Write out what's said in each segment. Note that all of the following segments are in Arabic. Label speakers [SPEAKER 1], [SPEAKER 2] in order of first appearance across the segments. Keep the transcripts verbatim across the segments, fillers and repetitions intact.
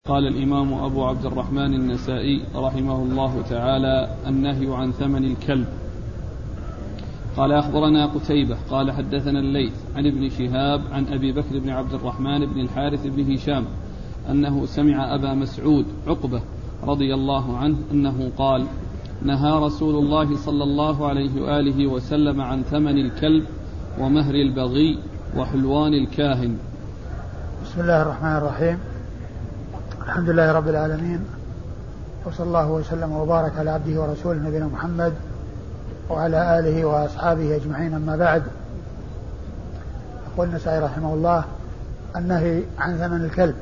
[SPEAKER 1] قال الإمام أبو عبد الرحمن النسائي رحمه الله تعالى: النهي عن ثمن الكلب. قال: أخبرنا قتيبة قال حدثنا الليث عن ابن شهاب عن أبي بكر بن عبد الرحمن بن الحارث بن هشام أنه سمع أبا مسعود عقبة رضي الله عنه أنه قال: نهى رسول الله صلى الله عليه وآله وسلم عن ثمن الكلب ومهر البغي وحلوان الكاهن.
[SPEAKER 2] بسم الله الرحمن الرحيم. الحمد لله رب العالمين، وصلى الله وسلم وبارك على عبده ورسوله نبينا محمد وعلى آله وأصحابه أجمعين، أما بعد. يقول النسائي رحمه الله: النهي عن ثمن الكلب،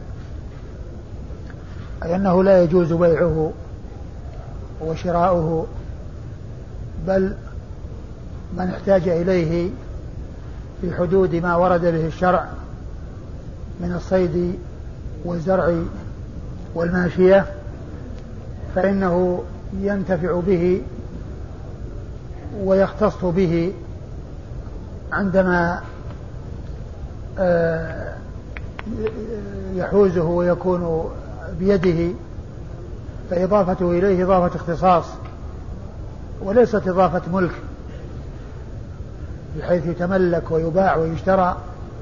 [SPEAKER 2] أي أنه لا يجوز بيعه وشراؤه، بل من احتاج إليه في حدود ما ورد به الشرع من الصيد والزرع والماشية فإنه ينتفع به ويختص به عندما يحوزه ويكون بيده، فإضافته إليه إضافة اختصاص وليست إضافة ملك بحيث يتملك ويباع ويشترى،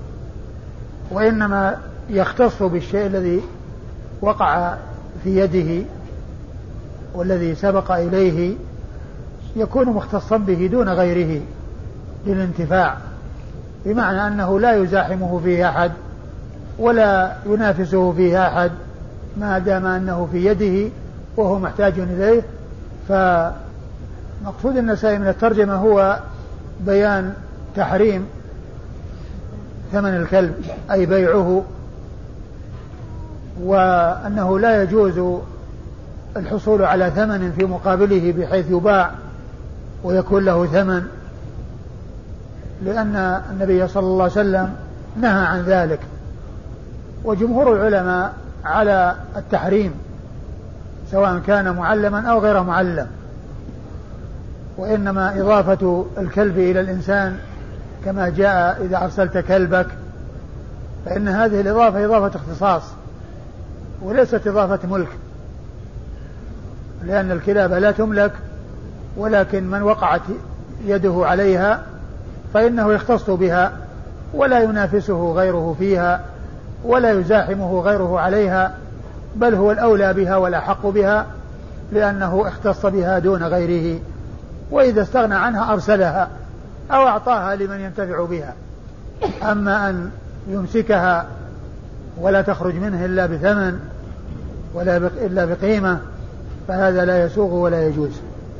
[SPEAKER 2] وإنما يختص بالشيء الذي وقع في يده والذي سبق إليه، يكون مختصا به دون غيره للانتفاع، بمعنى أنه لا يزاحمه فيه أحد ولا ينافسه فيه أحد ما دام أنه في يده وهو محتاج إليه. فمقصود النسائي من الترجمة هو بيان تحريم ثمن الكلب، أي بيعه، وأنه لا يجوز الحصول على ثمن في مقابله بحيث يباع ويكون له ثمن، لأن النبي صلى الله عليه وسلم نهى عن ذلك. وجمهور العلماء على التحريم سواء كان معلما أو غير معلم، وإنما إضافة الكلب إلى الإنسان كما جاء: إذا أرسلت كلبك، فإن هذه الإضافة إضافة اختصاص وليست إضافة ملك، لأن الكلاب لا تملك، ولكن من وقعت يده عليها فإنه يختص بها ولا ينافسه غيره فيها ولا يزاحمه غيره عليها، بل هو الأولى بها والأحق بها، لأنه اختص بها دون غيره، وإذا استغنى عنها أرسلها أو أعطاها لمن ينتفع بها. أما أن يمسكها ولا تخرج منه إلا بثمن ولا إلا بقيمة فهذا لا يسوغ ولا يجوز.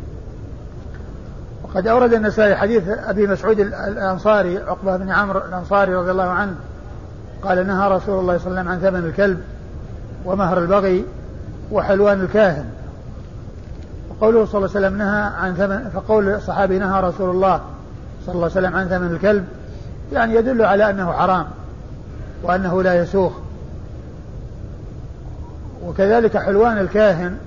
[SPEAKER 2] وقد أورد النسائي حديث أبي مسعود الأنصاري عقبة بن عمرو الأنصاري رضي الله عنه قال: نهى رسول الله صلى الله عليه وسلم عن ثمن الكلب ومهر البغي وحلوان الكاهن. وقوله صلى الله عليه وسلم نهى عن ثمن، فقول الصحابي نهى رسول الله صلى الله عليه وسلم عن ثمن الكلب يعني يدل على أنه حرام وأنه لا يسوغ. وكذلك حلوان الكاهن،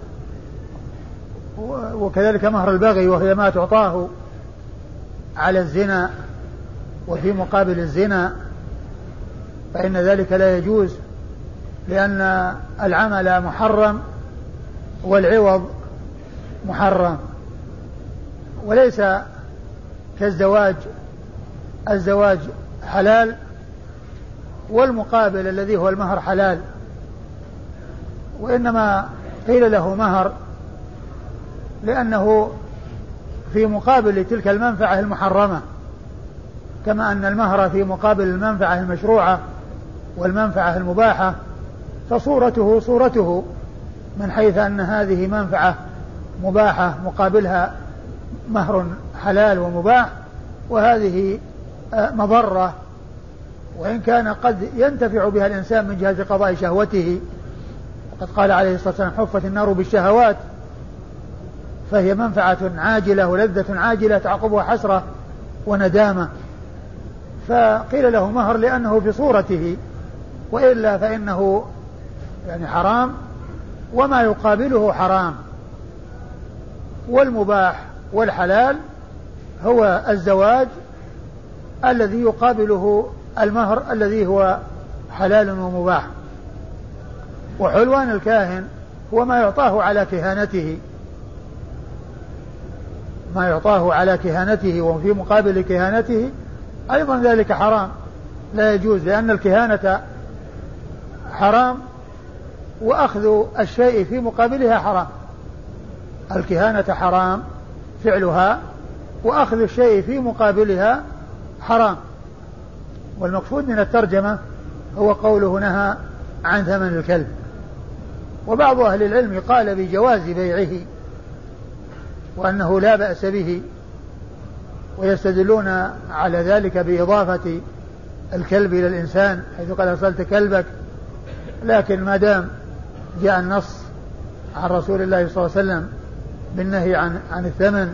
[SPEAKER 2] وكذلك مهر البغي وهي ما تعطاه على الزنا وفي مقابل الزنا، فإن ذلك لا يجوز، لأن العمل محرم والعوض محرم، وليس كالزواج. الزواج حلال والمقابل الذي هو المهر حلال، وإنما قيل له مهر لأنه في مقابل تلك المنفعة المحرمة، كما أن المهر في مقابل المنفعة المشروعة والمنفعة المباحة، فصورته صورته من حيث أن هذه منفعة مباحة مقابلها مهر حلال ومباح، وهذه مضرة وإن كان قد ينتفع بها الإنسان من جهة قضاء شهوته. وقد قال عليه الصلاة والسلام: حفت النار بالشهوات، فهي منفعة عاجلة ولذة عاجلة تعقبها حسرة وندامة، فقيل له مهر لأنه في صورته، وإلا فإنه يعني حرام وما يقابله حرام. والمباح والحلال هو الزواج الذي يقابله المهر الذي هو حلال ومباح. وحلوان الكاهن هو ما يعطاه على كهانته، ما يعطاه على كهانته وفي مقابل كهانته أيضا ذلك حرام لا يجوز، لأن الكهانة حرام وأخذ الشيء في مقابلها حرام. الكهانة حرام فعلها وأخذ الشيء في مقابلها حرام. والمقصود من الترجمة هو قوله نهى عن ثمن الكلب. وبعض أهل العلم قال بجواز بيعه وأنه لا بأس به، ويستدلون على ذلك بإضافة الكلب إلى الإنسان حيث قال أرسلت كلبك، لكن ما دام جاء النص عن رسول الله صلى الله عليه وسلم بالنهي عن عن الثمن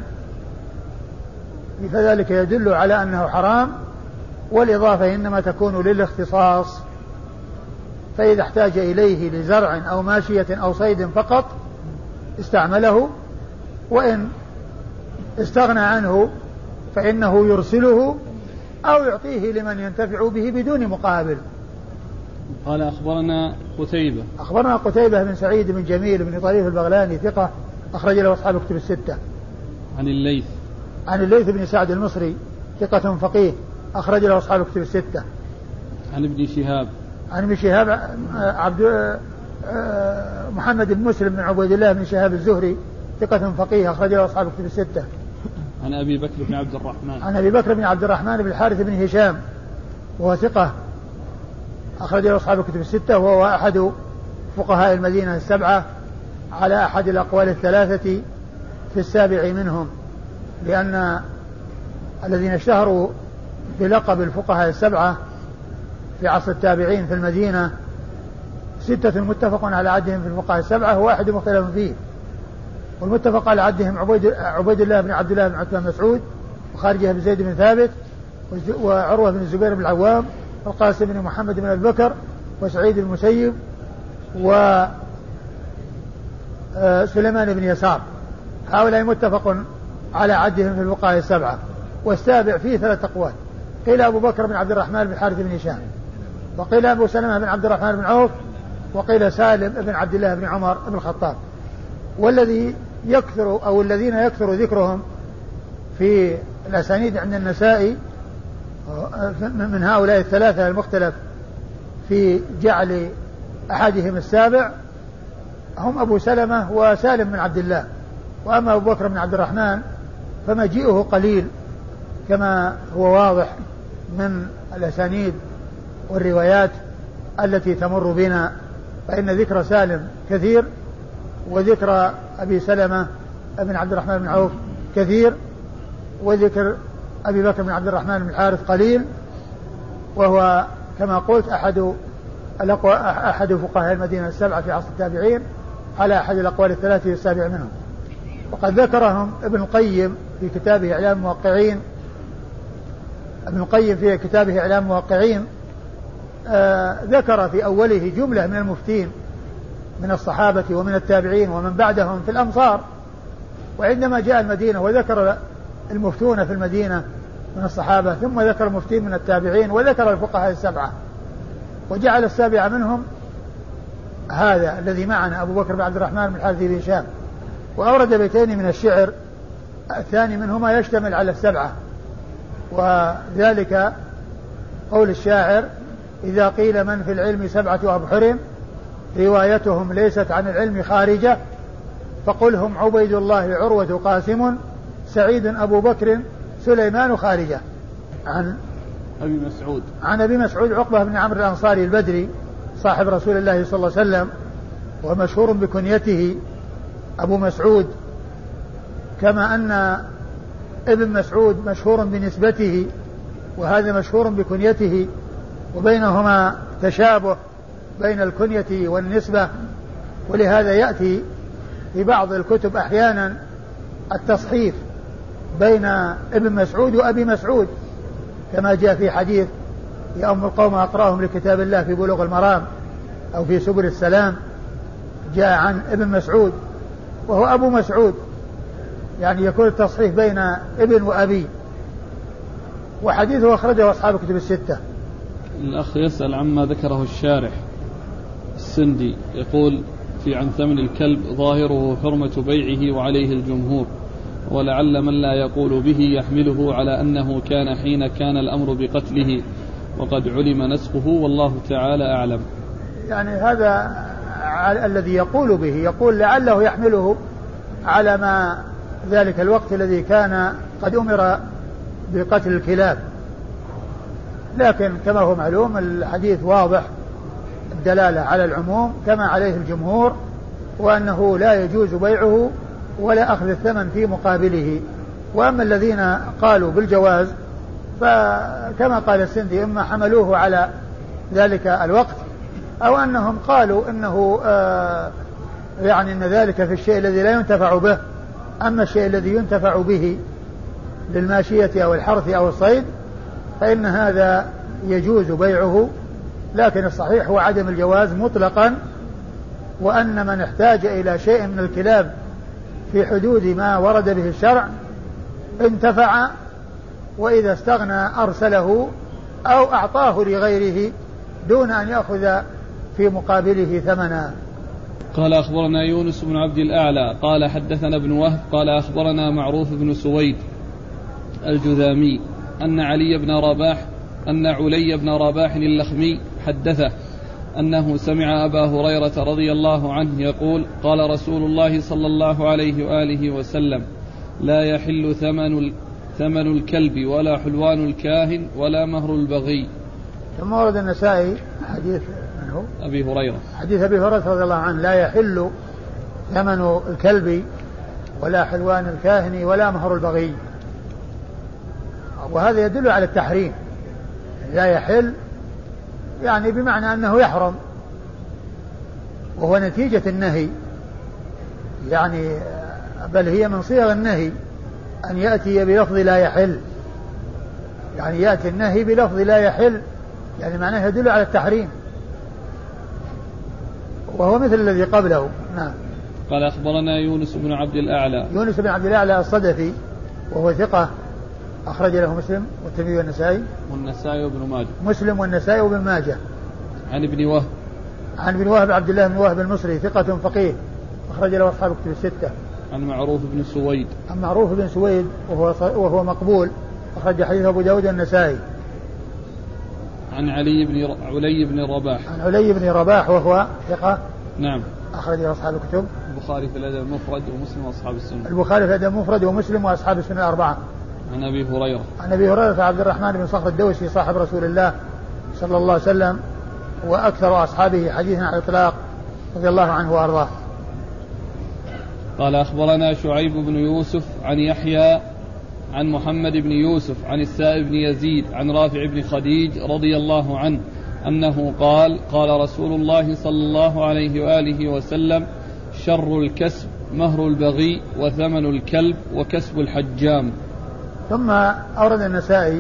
[SPEAKER 2] فذلك يدل على أنه حرام، والإضافة إنما تكون للاختصاص، فإذا احتاج إليه لزرع أو ماشية أو صيد فقط استعمله، وإن استغنى عنه فإنه يرسله أو يعطيه لمن ينتفع به بدون مقابل.
[SPEAKER 1] قال أخبرنا قتيبة
[SPEAKER 2] أخبرنا قتيبة بن سعيد بن جميل بن طريف البغلاني ثقة أخرج له أصحاب كتب الستة.
[SPEAKER 1] عن الليث
[SPEAKER 2] عن الليث بن سعد المصري ثقة فقيه أخرج له أصحاب كتب الستة.
[SPEAKER 1] عن ابن شهاب
[SPEAKER 2] عن ابن شهاب عبد محمد بن مسلم بن عبيد الله بن شهاب الزهري ثقة فقيه أخرج له أصحاب كتب الستة.
[SPEAKER 1] عن أبي بكر بن عبد الرحمن
[SPEAKER 2] عن أبي بكر بن عبد الرحمن بن الحارث بن هشام وهو ثقة أخرج له أصحاب كتب الستة، وهو أحد فقهاء المدينة السبعة على أحد الأقوال الثلاثة في السابع منهم، لأن الذين اشتهروا بلقب الفقهاء السبعة في عصر التابعين في المدينة ستة متفق على عدهم في الفقهاء السبعة وواحد مختلف فيه. والمتفق على عدهم عبيد, عبيد الله بن عبد الله بن عتبة بن مسعود، وخارجه بن زيد بن ثابت، وعروة بن الزبير بن العوام، والقاسم بن محمد بن أبي بكر، وسعيد بن المسيب، وسليمان بن يسار. هؤلاء متفق على عدهم في الفقهاء السبعة. والسابع فيه ثلاث أقوال، قيل أبو بكر بن عبد الرحمن بن حارث بن هشام، وقيل أبو سلمة بن عبد الرحمن بن عوف، وقيل سالم بن عبد الله بن عمر بن الخطاب. والذي يكثر أو الذين يكثر ذكرهم في الأسانيد عند النسائي من هؤلاء الثلاثة المختلف في جعل أحدهم السابع هم أبو سلمة وسالم بن عبد الله. وأما أبو بكر بن عبد الرحمن فمجيئه قليل كما هو واضح من الأسانيد والروايات التي تمر بنا، فإن ذكر سالم كثير وذكر أبي سلمة بن عبد الرحمن بن عوف كثير وذكر أبي بكر بن عبد الرحمن بن الحارث قليل، وهو كما قلت أحد أحد فقهاء المدينة السبعة في عصر التابعين على أحد الأقوال الثلاثة السابع منهم. وقد ذكرهم ابن القيم في كتابه إعلام الموقعين ابن القيم في كتابه إعلام الموقعين آه ذكر في أوله جملة من المفتين من الصحابة ومن التابعين ومن بعدهم في الأمصار، وعندما جاء المدينة وذكر المفتون في المدينة من الصحابة ثم ذكر المفتين من التابعين وذكر الفقهاء السبعة وجعل السابع منهم هذا الذي معنا أبو بكر بن عبد الرحمن بن الحارث بن هشام، وأورد بيتين من الشعر الثاني منهما يشتمل على السبعة، وذلك قول الشاعر: إذا قيل من في العلم سبعة أبحر روايتهم ليست عن العلم خارجة فقل هم عبيد الله عروة قاسم سعيد أبو بكر سليمان خارجة. عن
[SPEAKER 1] أبي مسعود
[SPEAKER 2] عن أبي مسعود عقبة بن عمرو الأنصاري البدري صاحب رسول الله صلى الله عليه وسلم، ومشهور بكنيته أبو مسعود، كما أن ابن مسعود مشهور بنسبته وهذا مشهور بكنيته، وبينهما تشابه بين الكنية والنسبة، ولهذا يأتي في بعض الكتب أحيانا التصحيف بين ابن مسعود وأبي مسعود، كما جاء في حديث يا أم القوم أقرأهم لكتاب الله في بلوغ المرام أو في سبل السلام، جاء عن ابن مسعود وهو أبو مسعود، يعني يكون التصحيف بين ابن وأبي. وحديثه أخرجه أصحاب كتب الستة.
[SPEAKER 1] الأخ يسأل عما ذكره الشارح السندي يقول في عن ثمن الكلب ظاهره حرمة بيعه وعليه الجمهور، ولعل من لا يقول به يحمله على أنه كان حين كان الأمر بقتله وقد علم نسخه، والله تعالى أعلم.
[SPEAKER 2] يعني هذا الذي يقول به يقول لعله يحمله على ما ذلك الوقت الذي كان قد أمر بقتل الكلاب، لكن كما هو معلوم الحديث واضح الدلالة على العموم كما عليه الجمهور، وأنه لا يجوز بيعه ولا أخذ الثمن في مقابله. وأما الذين قالوا بالجواز فكما قال السندي إما حملوه على ذلك الوقت أو أنهم قالوا إنه آه يعني أن ذلك في الشيء الذي لا ينتفع به، أما الشيء الذي ينتفع به للماشية أو الحرث أو الصيد فإن هذا يجوز بيعه، لكن الصحيح هو عدم الجواز مطلقا، وأن من احتاج إلى شيء من الكلاب في حدود ما ورد به الشرع انتفع، وإذا استغنى أرسله أو أعطاه لغيره دون أن يأخذ في مقابله ثمنا.
[SPEAKER 1] قال أخبرنا يونس بن عبد الأعلى قال حدثنا ابن وهب قال أخبرنا معروف بن سويد الجذامي أن علي بن رباح أن علي بن رباح اللخمي حدثه أنه سمع أبا هريرة رضي الله عنه يقول قال رسول الله صلى الله عليه وآله وسلم لا يحل ثمن ثمن الكلب ولا حلوان الكاهن ولا مهر البغي.
[SPEAKER 2] ثم ورد النسائي حديث من هو؟
[SPEAKER 1] أبي هريرة،
[SPEAKER 2] حديث أبي هريرة رضي الله عنه لا يحل ثمن الكلب ولا حلوان الكاهن ولا مهر البغي، وهذا يدل على التحريم. لا يحل يعني بمعنى أنه يحرم، وهو نتيجة النهي، يعني بل هي من صيغ النهي أن يأتي بلفظ لا يحل، يعني يأتي النهي بلفظ لا يحل، يعني معناه يدل على التحريم، وهو مثل الذي قبله. نعم.
[SPEAKER 1] قال أخبرنا يونس بن عبد الأعلى
[SPEAKER 2] يونس بن عبد الأعلى الصدفي وهو ثقة أخرج له مسلم والترمذي والنسائي
[SPEAKER 1] والنسائي وابن ماجه.
[SPEAKER 2] مسلم والنسائي وابن ماجه.
[SPEAKER 1] عن ابن وهب
[SPEAKER 2] عن ابن وهب عبد الله بن وهب المصري ثقة فقيه أخرج له أصحاب الكتب الستة.
[SPEAKER 1] عن معروف بن سويد
[SPEAKER 2] عن معروف بن سويد وهو وهو مقبول أخرج حديث أبو داود والنسائي.
[SPEAKER 1] عن علي بن علي بن رباح
[SPEAKER 2] عن علي بن رباح وهو ثقة.
[SPEAKER 1] نعم.
[SPEAKER 2] أخرج له أصحاب الكتب
[SPEAKER 1] البخاري في الأدب المفرد ومسلم وأصحاب السنة.
[SPEAKER 2] البخاري في الأدب المفرد ومسلم وأصحاب السنة الأربعة.
[SPEAKER 1] عن أبي هريرة
[SPEAKER 2] عن أبي هريرة عبد الرحمن بن صخر الدوسي صاحب رسول الله صلى الله عليه وسلم وأكثر أصحابه حديثا على الإطلاق رضي الله عنه وأرضاه.
[SPEAKER 1] قال أخبرنا شعيب بن يوسف عن يحيى عن محمد بن يوسف عن السائب بن يزيد عن رافع بن خديج رضي الله عنه أنه قال قال رسول الله صلى الله عليه وآله وسلم شر الكسب مهر البغي وثمن الكلب وكسب الحجام.
[SPEAKER 2] ثم أورد النسائي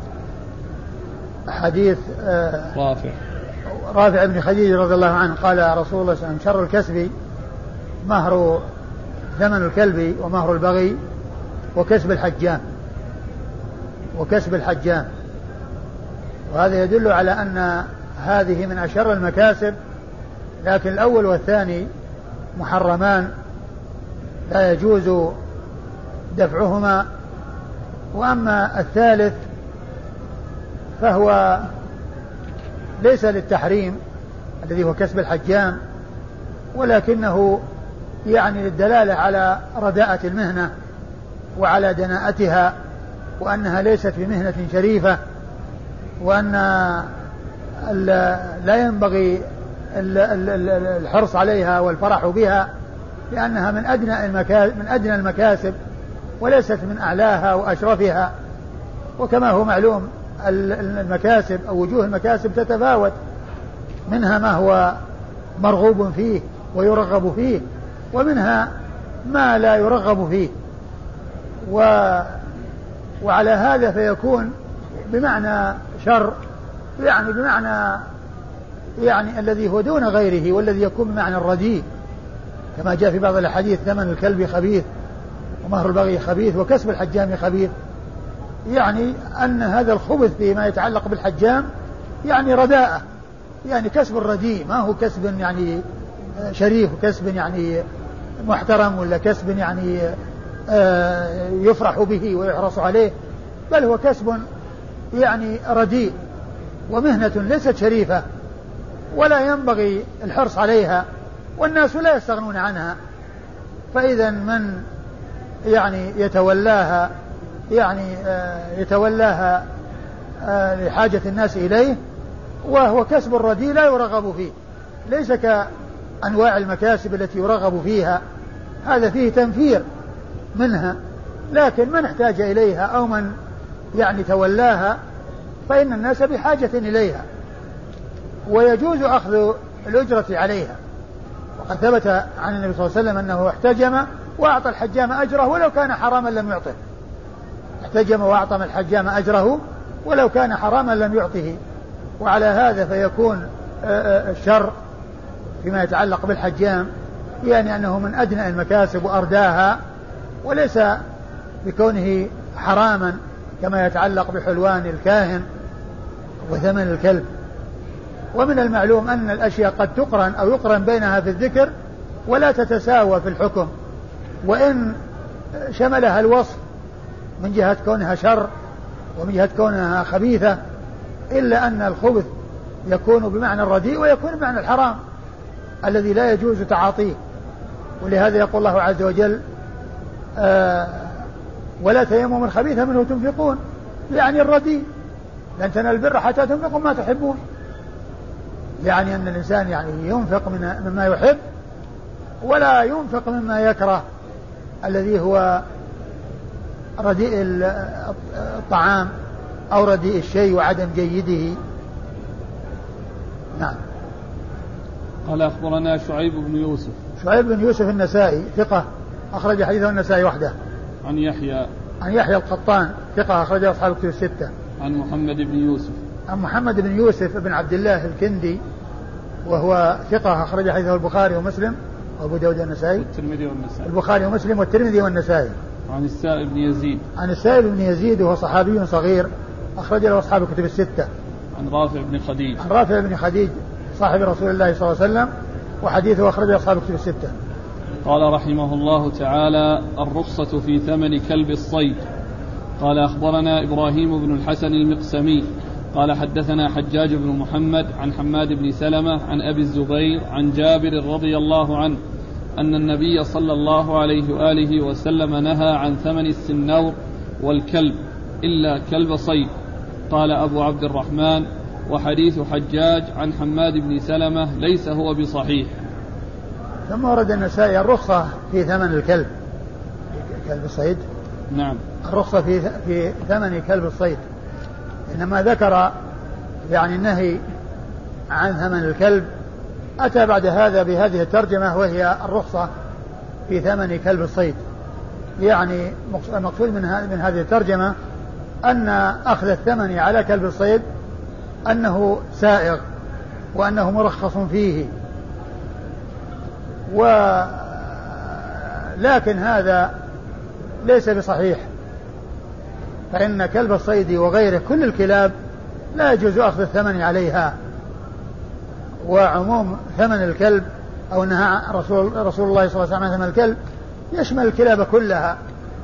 [SPEAKER 2] حديث
[SPEAKER 1] رافع
[SPEAKER 2] رافع بن خديج رضي الله عنه قال رسول الله صلى الله عليه وسلم شر الكسب مهر ثمن الكلب ومهر البغي وكسب الحجام وكسب الحجام. وهذا يدل على أن هذه من أشر المكاسب، لكن الأول والثاني محرمان لا يجوز دفعهما، وأما الثالث فهو ليس للتحريم الذي هو كسب الحجام، ولكنه يعني للدلالة على رداءة المهنة وعلى دناءتها، وأنها ليست بمهنة شريفة، وأن لا ينبغي الحرص عليها والفرح بها، لأنها من أدنى من أدنى المكاسب وليست من أعلاها وأشرفها. وكما هو معلوم المكاسب أو وجوه المكاسب تتفاوت، منها ما هو مرغوب فيه ويرغب فيه، ومنها ما لا يرغب فيه، و وعلى هذا فيكون بمعنى شر، يعني بمعنى يعني الذي هو دون غيره، والذي يكون بمعنى الرديء، كما جاء في بعض الأحاديث ثمن الكلب خبيث ومهر البغي خبيث وكسب الحجام خبيث، يعني أن هذا الخبث فيما يتعلق بالحجام يعني رداءة يعني كسب رديء، ما هو كسب يعني شريف وكسب يعني محترم، ولا كسب يعني يفرح به ويحرص عليه، بل هو كسب يعني رديء ومهنة ليست شريفة ولا ينبغي الحرص عليها، والناس لا يستغنون عنها. فإذا من يعني يتولاها يعني يتولاها لحاجة الناس إليه، وهو كسب رديء لا يرغب فيه، ليس كأنواع المكاسب التي يرغب فيها، هذا فيه تنفير منها. لكن من احتاج إليها أو من يعني تولاها فإن الناس بحاجة إليها، ويجوز أخذ الأجرة عليها. وقد ثبت عن النبي صلى الله عليه وسلم أنه احتجم وأعطى الحجام أجره ولو كان حراما لم يعطه، احتجم وأعطى الحجام أجره ولو كان حراما لم يعطه. وعلى هذا فيكون الشر فيما يتعلق بالحجام يعني أنه من أدنى المكاسب وأرداها، وليس بكونه حراما كما يتعلق بحلوان الكاهن وثمن الكلب. ومن المعلوم أن الأشياء قد تقرن أو يقرن بينها في الذكر ولا تتساوى في الحكم، وإن شملها الوصف من جهة كونها شر ومن جهة كونها خبيثة، إلا أن الخبث يكون بمعنى الرديء ويكون بمعنى الحرام الذي لا يجوز تعاطيه. ولهذا يقول الله عز وجل آه ولا تيمموا الخبيث منه تنفقون، يعني الرديء، لن تنالوا البر حتى تنفقوا ما تحبون، يعني أن الإنسان يعني ينفق من مما يحب ولا ينفق مما يكره الذي هو رديء الطعام أو رديء الشيء وعدم جيده. نعم.
[SPEAKER 1] قال أخبرنا شعيب بن يوسف.
[SPEAKER 2] شعيب بن يوسف النسائي ثقة أخرج حديثه النسائي وحده.
[SPEAKER 1] عن يحيى.
[SPEAKER 2] عن يحيى القطان ثقة أخرج أصحاب الكتب الستة.
[SPEAKER 1] عن محمد بن يوسف.
[SPEAKER 2] عن محمد بن يوسف بن عبد الله الكندي وهو ثقة أخرج حديثه البخاري ومسلم وأبو داود النسائي
[SPEAKER 1] والترمذي والنسائي.
[SPEAKER 2] البخاري ومسلم والترمذي والنسائي.
[SPEAKER 1] عن السائب بن يزيد.
[SPEAKER 2] عن السائب بن يزيد وهو صحابي صغير أخرج له أصحاب الكتب الستة.
[SPEAKER 1] عن رافع بن خديج.
[SPEAKER 2] عن رافع بن خديج صاحب رسول الله صلى الله عليه وسلم وحديثه أخرج أصحاب الكتب الستة.
[SPEAKER 1] قال رحمه الله تعالى: الرخصة في ثمن كلب الصيد. قال أخبرنا إبراهيم بن الحسن المقسمي قال حدثنا حجاج بن محمد عن حماد بن سلمة عن أبي الزبير عن جابر رضي الله عنه أن النبي صلى الله عليه وآله وسلم نهى عن ثمن السنور والكلب إلا كلب صيد. قال أبو عبد الرحمن: وحديث حجاج عن حماد بن سلمة ليس هو بصحيح.
[SPEAKER 2] ثم ورد النسائي الرخصة في ثمن الكلب كلب الصيد.
[SPEAKER 1] نعم.
[SPEAKER 2] الرخصة في في ثمن كلب الصيد، إنما ذكر يعني النهي عن ثمن الكلب، أتى بعد هذا بهذه الترجمة وهي الرخصة في ثمن كلب الصيد. يعني المقصود من من هذه الترجمة أن أخذ الثمن على كلب الصيد أنه سائغ وأنه مرخص فيه، ولكن هذا ليس بصحيح، فإن كلب الصيد وغيره كل الكلاب لا يجوز أخذ الثمن عليها. وعموم ثمن الكلب أو نهى رسول, رسول الله صلى الله عليه وسلم عن ثمن الكلب يشمل الكلاب كلها،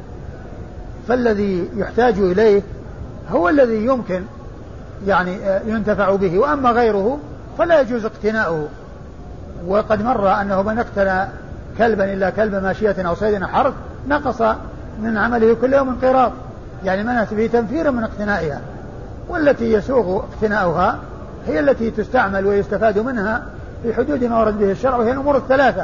[SPEAKER 2] فالذي يحتاج إليه هو الذي يمكن يعني ينتفع به، وأما غيره فلا يجوز اقتناؤه. وقد مر أنه من اقتنى كلبا إلا كلب ماشية أو صيد حرث نقص من عمله كل يوم قيراط، يعني منها في تنفير من اقتنائها. والتي يسوغ اقتناؤها هي التي تستعمل ويستفاد منها في حدود ما ورد به الشرع، وهي الأمور الثلاثة.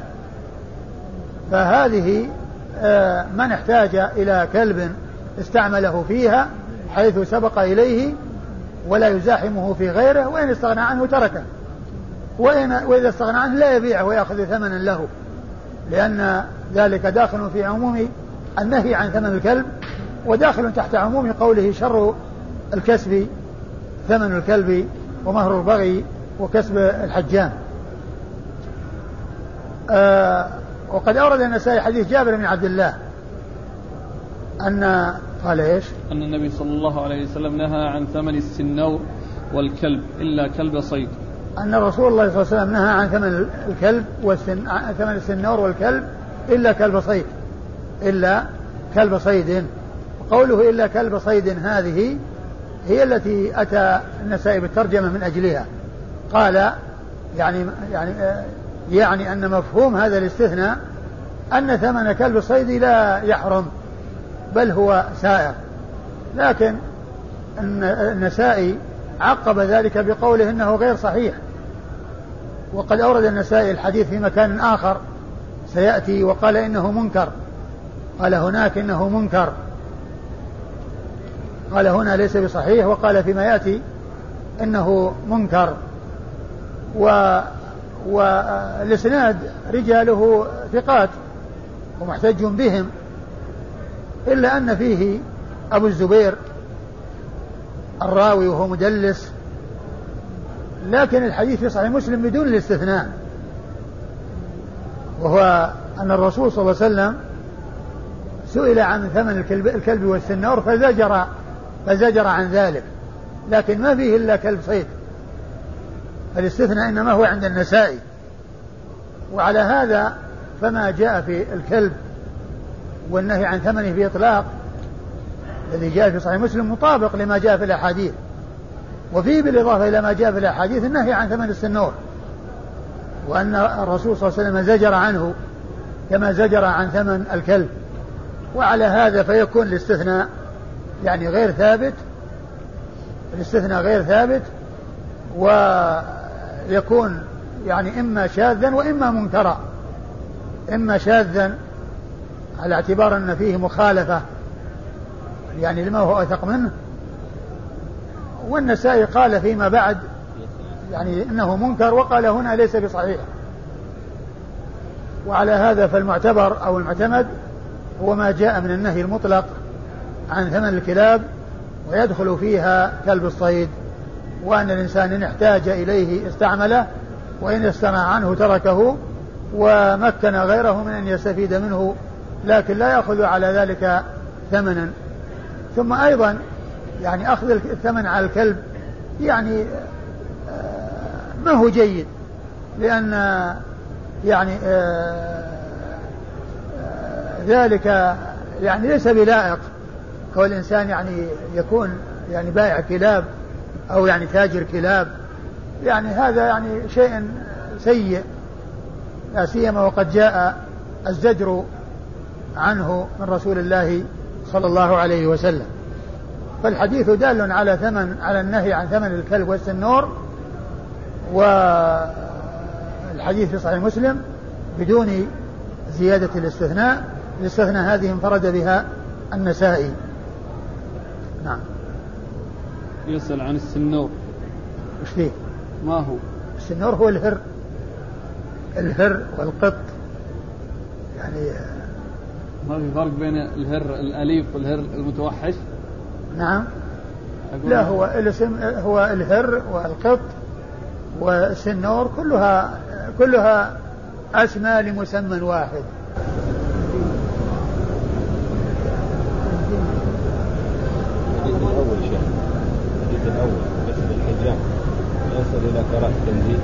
[SPEAKER 2] فهذه من احتاج إلى كلب استعمله فيها حيث سبق إليه ولا يزاحمه في غيره، وإن استغنى عنه تركه، وإن وإذا استغنى عنه لا يبيعه ويأخذ ثمنا له، لأن ذلك داخل في عموم النهي عن ثمن الكلب، وداخل تحت عموم قوله شر الكسب ثمن الكلب ومهر البغي وكسب الحجام. آه وقد أورد النسائي حديث جابر بن عبد الله أن قال إيش؟
[SPEAKER 1] أن النبي صلى الله عليه وسلم نهى عن ثمن السنور والكلب إلا كلب صيد.
[SPEAKER 2] أن رسول الله صلى الله عليه وسلم نهى عن ثمن الكلب والسن... ثمن السنور والكلب إلا كلب صيد إلا كلب صيد. قوله إلا كلب صيد هذه هي التي أتى النسائي بالترجمة من أجلها. قال يعني يعني يعني أن مفهوم هذا الاستثناء أن ثمن كلب الصيد لا يحرم بل هو سائر. لكن النسائي عقب ذلك بقوله إنه غير صحيح، وقد أورد النسائي الحديث في مكان آخر سيأتي وقال إنه منكر، قال هناك إنه منكر، قال هنا ليس بصحيح، وقال فيما يأتي إنه منكر. و والإسناد رجاله ثقات ومحتج بهم، إلا أن فيه أبو الزبير الراوي وهو مدلس، لكن الحديث في صحيح مسلم بدون الاستثناء، وهو أن الرسول صلى الله عليه وسلم سئل عن ثمن الكلب, الكلب والسنور فزجر, فزجر عن ذلك، لكن ما فيه إلا كلب صيد، فالاستثناء إنما هو عند النسائي. وعلى هذا فما جاء في الكلب والنهي عن ثمنه بإطلاق الذي جاء في صحيح مسلم مطابق لما جاء في الأحاديث، وفيه بالإضافة إلى ما جاء في الأحاديث النهي عن ثمن السنور، وأن الرسول صلى الله عليه وسلم زجر عنه كما زجر عن ثمن الكلب. وعلى هذا فيكون الاستثناء يعني غير ثابت، الاستثناء غير ثابت، ويكون يعني إما شاذا وإما منكرا، إما شاذا على اعتبار أن فيه مخالفة يعني لما هو أثق منه، والنسائي قال فيما بعد يعني إنه منكر، وقال هنا ليس بصحيح. وعلى هذا فالمعتبر أو المعتمد هو ما جاء من النهي المطلق عن ثمن الكلاب، ويدخل فيها كلب الصيد، وأن الإنسان إن احتاج إليه استعمله، وإن استغنى عنه تركه، ومكن غيره من أن يستفيد منه، لكن لا يأخذ على ذلك ثمنا. ثم أيضا يعني أخذ الثمن على الكلب يعني ما هو جيد، لأن يعني ذلك يعني ليس بلائق كون الإنسان يعني يكون يعني بائع كلاب أو يعني تاجر كلاب، يعني هذا يعني شيء سيء، لا سيما وقد جاء الزجر عنه من رسول الله صلى الله عليه وسلم. فالحديث دال على ثمن على النهي عن ثمن الكلب والسنور، والحديث في صحيح مسلم بدون زيادة الاستثناء. الاستثناء هذه انفرد بها النسائي. نعم.
[SPEAKER 1] يسأل عن السنور
[SPEAKER 2] وش فيه؟
[SPEAKER 1] ما هو
[SPEAKER 2] السنور؟ هو الهر، الهر والقط، يعني
[SPEAKER 1] ما في فرق بين الهر الأليف والهر المتوحش؟
[SPEAKER 2] نعم. لا، هو الاسم هو الهر والقط والسنور كلها كلها أسماء لمسمى واحد.
[SPEAKER 3] الأول شيء الحديث الأول بس بالحجام يصل إلى كراهة التنزيل.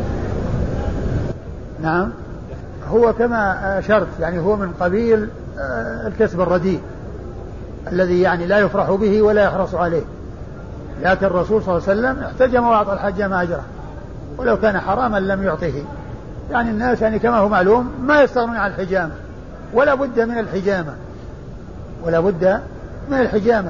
[SPEAKER 2] نعم، هو كما أشرت يعني هو من قبيل الكسب الرديء الذي يعني لا يفرح به ولا يحرص عليه، لكن الرسول صلى الله عليه وسلم احتجم وأعطى الحجام أجره، ولو كان حراما لم يعطيه. يعني الناس يعني كما هو معلوم ما يستغنون عن الحجامة، ولا بد من الحجامة، ولا بد من الحجامة،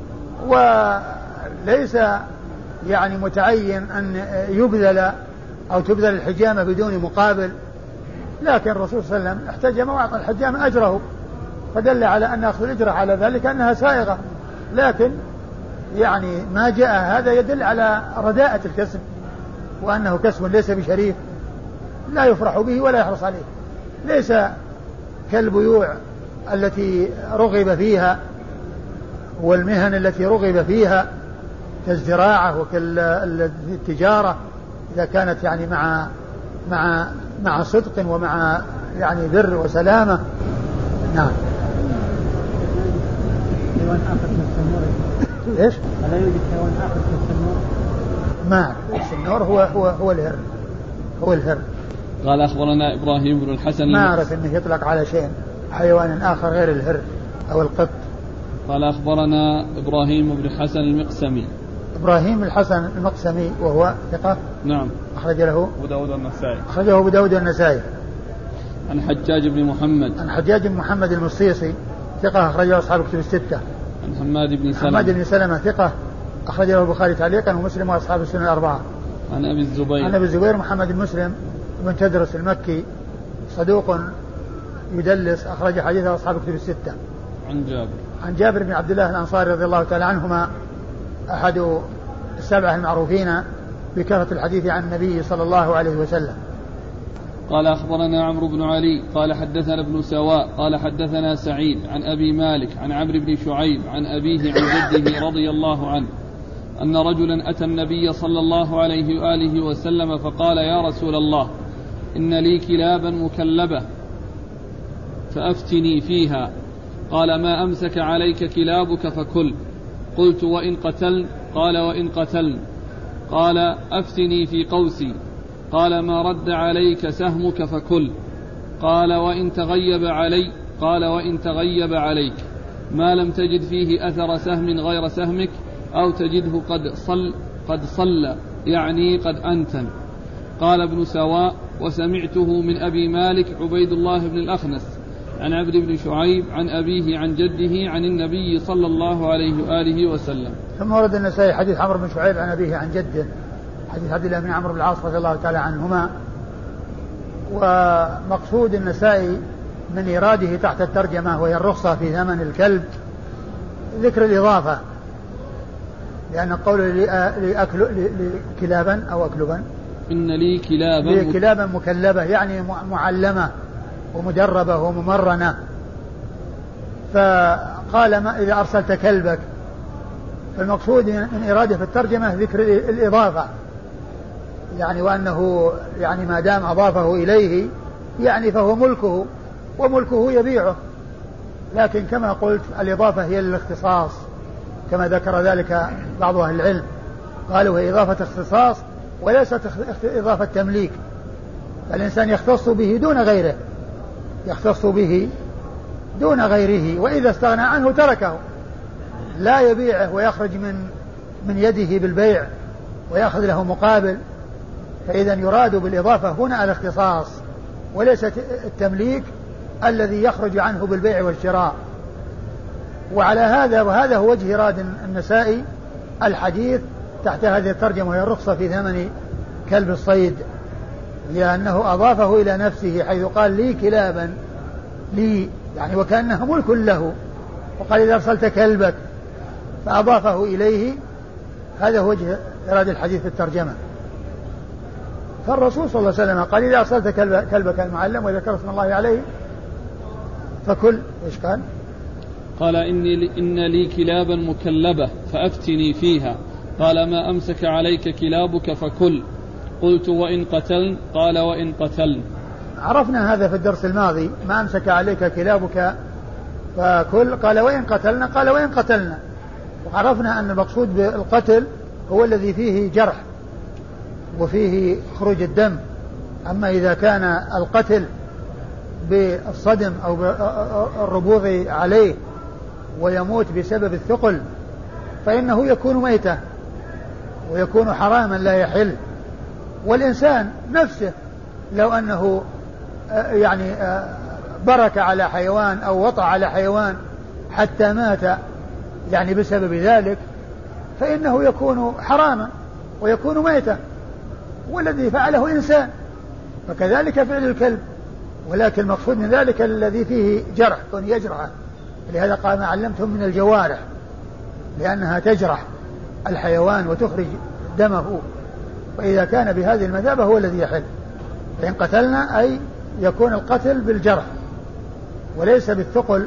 [SPEAKER 2] وليس يعني متعين أن يبذل أو تبذل الحجامة بدون مقابل، لكن الرسول صلى الله عليه وسلم احتجم وأعطى الحجام أجره، فدل على أن أخذ الأجرة على ذلك أنها سائغة. لكن يعني ما جاء هذا يدل على رداءة الكسب، وأنه كسب ليس بشريف لا يفرح به ولا يحرص عليه، ليس كالبيوع التي رغب فيها والمهن التي رغب فيها كالزراعة وكالتجارة إذا كانت يعني مع مع مع صدق ومع يعني بر وسلامة. نعم.
[SPEAKER 4] حيوان آخر كالسنور؟
[SPEAKER 2] إيش؟
[SPEAKER 4] ألا يوجد حيوان آخر كالسنور؟
[SPEAKER 2] ما السنور هو هو هو الهر. هو الهر.
[SPEAKER 1] قال أخبرنا إبراهيم بن الحسن
[SPEAKER 2] ما أعرف أنه يطلق على شيء حيوان آخر غير الهر أو القط.
[SPEAKER 1] قال أخبرنا إبراهيم بن الحسن المقسمي.
[SPEAKER 2] إبراهيم الحسن المقسمي وهو ثقة.
[SPEAKER 1] نعم.
[SPEAKER 2] أخرج له
[SPEAKER 3] أبو داود النسائي.
[SPEAKER 2] أخرجه أبو داود النسائي.
[SPEAKER 1] عن حجاج بن محمد.
[SPEAKER 2] عن حجاج بن محمد المصيصي ثقة أخرجه أصحاب الكتب الستة.
[SPEAKER 1] عن حماد بن سلمة.
[SPEAKER 2] حماد بن سلمة ثقة أخرجه البخاري تعليقا ومسلم وأصحاب السنن الأربعة.
[SPEAKER 1] عن أبي الزبير.
[SPEAKER 2] عن أبي الزبير محمد بن مسلم بن تدرس المكي صدوق يدلس أخرج حديثه أصحاب الكتب الستة.
[SPEAKER 1] عن جابر.
[SPEAKER 2] عن جابر بن عبد الله الأنصاري رضي الله تعالى عنهما أحد السبعة المعروفين بكثرة الحديث عن النبي صلى الله عليه وسلم.
[SPEAKER 1] قال أخبرنا عمرو بن علي قال حدثنا ابن سواء قال حدثنا سعيد عن أبي مالك عن عمرو بن شعيب عن أبيه عن جده رضي الله عنه أن رجلا أتى النبي صلى الله عليه وآله وسلم فقال يا رسول الله إن لي كلابا مكلبة فأفتني فيها. قال ما أمسك عليك كلابك فكل. قلت وإن قتلن؟ قال وإن قتلن. قال أفتني في قوسي. قال ما رد عليك سهمك فكل. قال وإن تغيب علي؟ قال وإن تغيب عليك ما لم تجد فيه أثر سهم غير سهمك أو تجده قد صل قد صلى يعني قد أنتن. قال ابن سواء وسمعته من أبي مالك عبيد الله بن الأخنس عن عمرو بن شعيب عن أبيه عن جده عن النبي صلى الله عليه وآله وسلم.
[SPEAKER 2] ثم ورد النسائي حديث عمرو بن شعيب عن أبيه عن جده حديث عبد الله بن عمرو بن العاص رضي الله تعالى عنهما. ومقصود النسائي من إراده تحت الترجمة وهي الرخصة في ثمن الكلب ذكر الإضافة، لأن القول لأكل لكلابا أو أكلبا
[SPEAKER 1] إن لي كلابا
[SPEAKER 2] لي كلابا مكلبة يعني معلمة ومدربة وممرنة. فقال ما إذا أرسلت كلبك، فالمقصود من إرادة في الترجمة ذكر الإضافة، يعني وأنه يعني ما دام أضافه إليه يعني فهو ملكه وملكه يبيعه. لكن كما قلت الإضافة هي للاختصاص كما ذكر ذلك بعض أهل العلم، قالوا هي إضافة اختصاص وليست إضافة تمليك. فالإنسان يختص به دون غيره يختص به دون غيره وإذا استغنى عنه تركه، لا يبيعه ويخرج من من يده بالبيع ويأخذ له مقابل. فإذا يراد بالإضافة هنا الاختصاص وليس التمليك الذي يخرج عنه بالبيع والشراء. وعلى هذا وهذا هو وجه إرادة النسائي الحديث تحت هذه الترجمة وهي الرخصة في ثمن كلب الصيد، لأنه أضافه إلى نفسه حيث قال لي كلابا لي يعني وكأنه ملك له، وقال إذا أرسلت كلبك فأضافه إليه. هذا هو وجه إرادة الحديث في الترجمة. فالرسول صلى الله عليه وسلم قال إذا أرسلت كلب كلبك المعلم وذكر اسم الله عليه فكل. إيش قال؟
[SPEAKER 1] قال إني إن لي كلابا مكلبة فأفتني فيها. قال ما أمسك عليك كلابك فكل. قلت وإن قتلن؟ قال وإن قتلن.
[SPEAKER 2] عرفنا هذا في الدرس الماضي، ما أمسك عليك كلابك فكل. قال وإن قتلنا؟ قال وإن قتلنا. وعرفنا أن المقصود بالقتل هو الذي فيه جرح وفيه خروج الدم. أما إذا كان القتل بالصدم أو بالربوط عليه ويموت بسبب الثقل فإنه يكون ميتة ويكون حراما لا يحل. والإنسان نفسه لو أنه يعني برك على حيوان أو وطأ على حيوان حتى مات يعني بسبب ذلك فإنه يكون حراما ويكون ميتة، والذي فعله إنسان، فكذلك فعل الكلب. ولكن المقصود من ذلك الذي فيه جرح كون يجرح، لهذا قال ما علمتهم من الجوارح لأنها تجرح الحيوان وتخرج دمه. وإذا كان بهذه المثابة هو الذي يحل. فإن قتلنا أي يكون القتل بالجرح وليس بالثقل.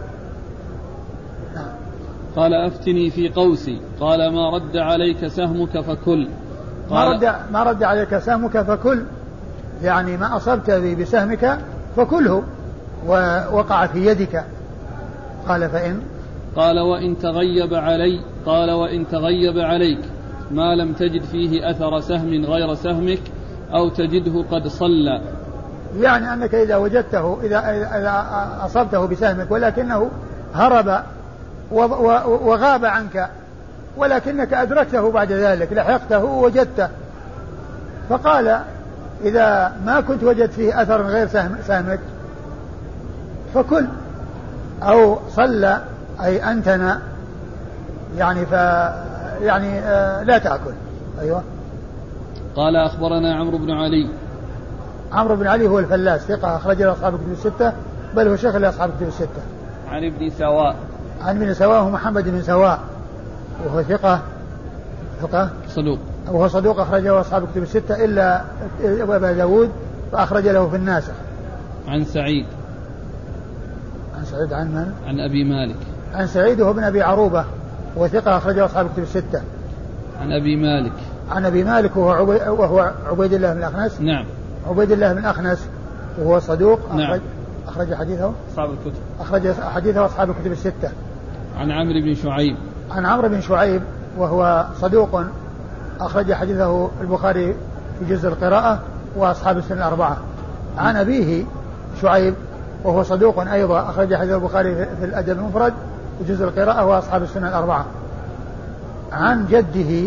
[SPEAKER 2] نعم.
[SPEAKER 1] قال أفتني في قوسي. قال ما رد عليك سهمك فكل.
[SPEAKER 2] ما رد, ما رد عليك سهمك فكل يعني ما أصبت بسهمك فكله ووقع في يدك. قال فإن
[SPEAKER 1] قال وإن تغيب علي؟ قال وإن تغيب عليك ما لم تجد فيه أثر سهم غير سهمك أو تجده قد صلى.
[SPEAKER 2] يعني أنك إذا وجدته إذا, إذا أصبته بسهمك ولكنه هرب وغاب عنك ولكنك أدركته بعد ذلك لحقته ووجدته، فقال إذا ما كنت وجدت فيه أثر غير سهمك فكل، أو صلى أي أنتنا يعني ف يعني آه لا تأكل. أيوة.
[SPEAKER 1] قال أخبرنا عمرو بن علي.
[SPEAKER 2] عمرو بن علي هو الفلاس ثقة أخرج له أصحاب الكتب الستة، بل هو شيخ لأصحاب الكتب الستة.
[SPEAKER 1] عن ابن سواء.
[SPEAKER 2] عن ابن سواء هو محمد بن سواء وهو ثقة ثقة
[SPEAKER 1] صدوق،
[SPEAKER 2] وهو صدوق أخرج له أصحاب الكتب الستة إلا أبا داود فأخرج له في الناسخ.
[SPEAKER 1] عن سعيد.
[SPEAKER 2] عن سعيد عن من؟
[SPEAKER 1] عن أبي مالك.
[SPEAKER 2] عن سعيد وهو ابن أبي عروبة وثقة أخرجه أصحاب الكتب الستة.
[SPEAKER 1] عن أبي مالك.
[SPEAKER 2] عن أبي مالك وهو عبيد, وهو عبيد الله بن الأخنس.
[SPEAKER 1] نعم.
[SPEAKER 2] عبيد الله بن الأخنس وهو صدوق. أخرج,
[SPEAKER 1] نعم.
[SPEAKER 2] أخرج حديثه
[SPEAKER 1] أصحاب الكتب.
[SPEAKER 2] أخرج حديثه أصحاب الكتب الستة.
[SPEAKER 1] عن عمرو بن شعيب.
[SPEAKER 2] عن عمرو بن شعيب وهو صدوق أخرج حديثه البخاري في جزء القراءة وأصحاب السنة الأربعة. عن أبيه شعيب وهو صدوق أيضا أخرج حديث البخاري في الأدب المفرد في جزء القراءة وأصحاب السنة الأربعة. عن جده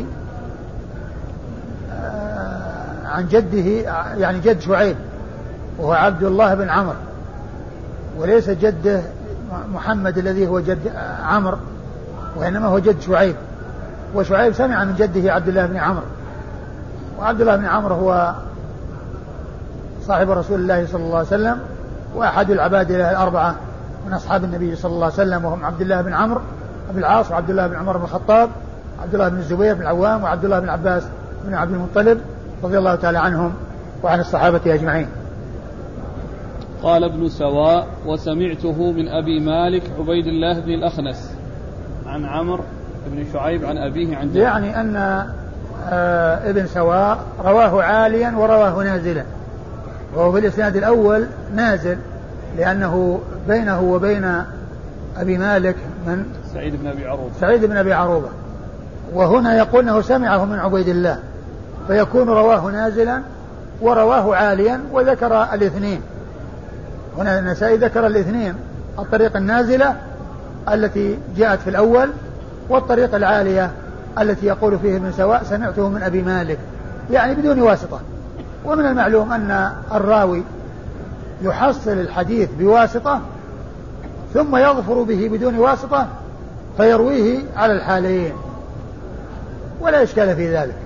[SPEAKER 2] عن جده يعني جد شعيب وهو عبد الله بن عمرو وليس جده محمد الذي هو جد عمرو وإنما هو جد شعيب، وشعيب سمع من جده عبد الله بن عمرو، وعبد الله بن عمرو هو صاحب رسول الله صلى الله عليه وسلم وأحد العباد الأربعة من أصحاب النبي صلى الله عليه وسلم، وهم عبد الله بن عمرو بن العاص وعبد الله بن عمر بن الخطاب عبد الله بن الزبير بن العوام وعبد الله بن عباس بن عبد المطلب رضي الله تعالى عنهم وعن الصحابة أجمعين.
[SPEAKER 1] قال ابن سواء وسمعته من أبي مالك عبيد الله بن الأخنس عن عمرو بن شعيب عن أبيه عن جده.
[SPEAKER 2] يعني أن آه ابن سواء رواه عاليا ورواه نازلا، وهو في الإسناد الأول نازل لأنه بينه وبين أبي مالك من
[SPEAKER 1] سعيد بن أبي عروبة
[SPEAKER 2] سعيد بن أبي عروبة، وهنا يقول أنه سمعه من عبيد الله فيكون رواه نازلا ورواه عاليا، وذكر الاثنين هنا النسائي ذكر الاثنين، الطريق النازلة التي جاءت في الأول والطريق العالية التي يقول فيه ابن سواء سمعته من أبي مالك يعني بدون واسطة. ومن المعلوم أن الراوي يحصل الحديث بواسطة ثم يظفر به بدون واسطة فيرويه على الحالين ولا إشكال في ذلك،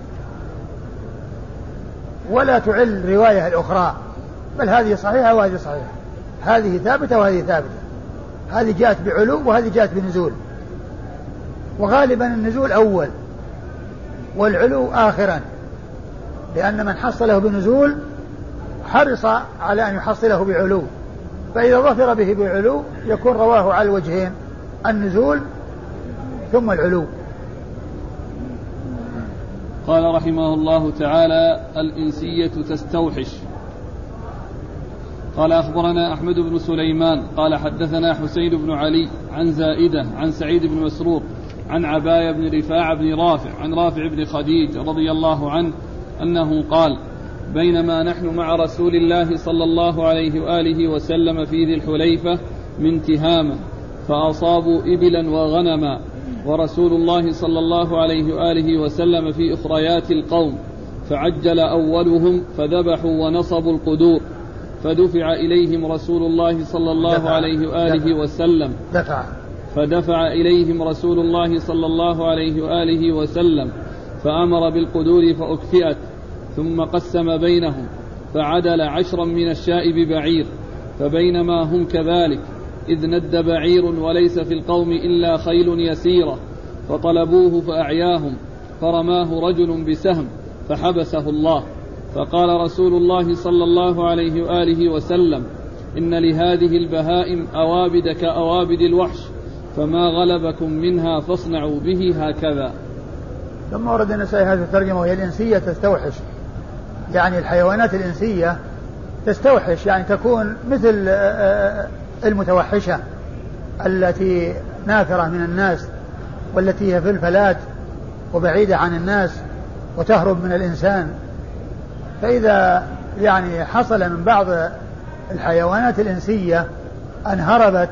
[SPEAKER 2] ولا تعل رواية الأخرى، بل هذه صحيحة وهذه صحيحة، هذه ثابتة وهذه ثابتة، هذه جاءت بعلو وهذه جاءت بنزول، وغالبا النزول أول والعلو آخرا، لأن من حصله بنزول حرص على أن يحصله بعلو، فإذا ظفر به بعلو يكون رواه على الوجهين النزول ثم العلو.
[SPEAKER 1] قال رحمه الله تعالى الإنسية تستوحش. قال أخبرنا أحمد بن سليمان قال حدثنا حسين بن علي عن زائدة عن سعيد بن مسروق عن عباية بن رفاعة بن رافع عن رافع بن خديج رضي الله عنه أنه قال بينما نحن مع رسول الله صلى الله عليه وآله وسلم في ذي الحليفة من تهامة فأصابوا إبلا وغنما، ورسول الله صلى الله عليه وآله وسلم في أخريات القوم، فعجل أولهم فذبحوا ونصبوا القدور، فدفع إليهم رسول الله صلى الله دفع عليه وآله دفع وسلم
[SPEAKER 2] دفع
[SPEAKER 1] فدفع إليهم رسول الله صلى الله عليه وآله وسلم فأمر بالقدور فأكفئت، ثم قسم بينهم فعدل عشرا من الشاء ببعير، فبينما هم كذلك إذ ند بعير وليس في القوم إلا خيل يسيرة، فطلبوه فأعياهم، فرماه رجل بسهم فحبسه الله، فقال رسول الله صلى الله عليه وآله وسلم إن لهذه البهائم أوابد كأوابد الوحش، فما غلبكم منها فاصنعوا به هكذا.
[SPEAKER 2] ثم ورد النسائي هذه الترجمة وهي الإنسية تستوحش، يعني الحيوانات الإنسية تستوحش يعني تكون مثل المتوحشة التي نافرة من الناس والتي هي في الفلات وبعيدة عن الناس وتهرب من الإنسان، فإذا يعني حصل من بعض الحيوانات الإنسية أن هربت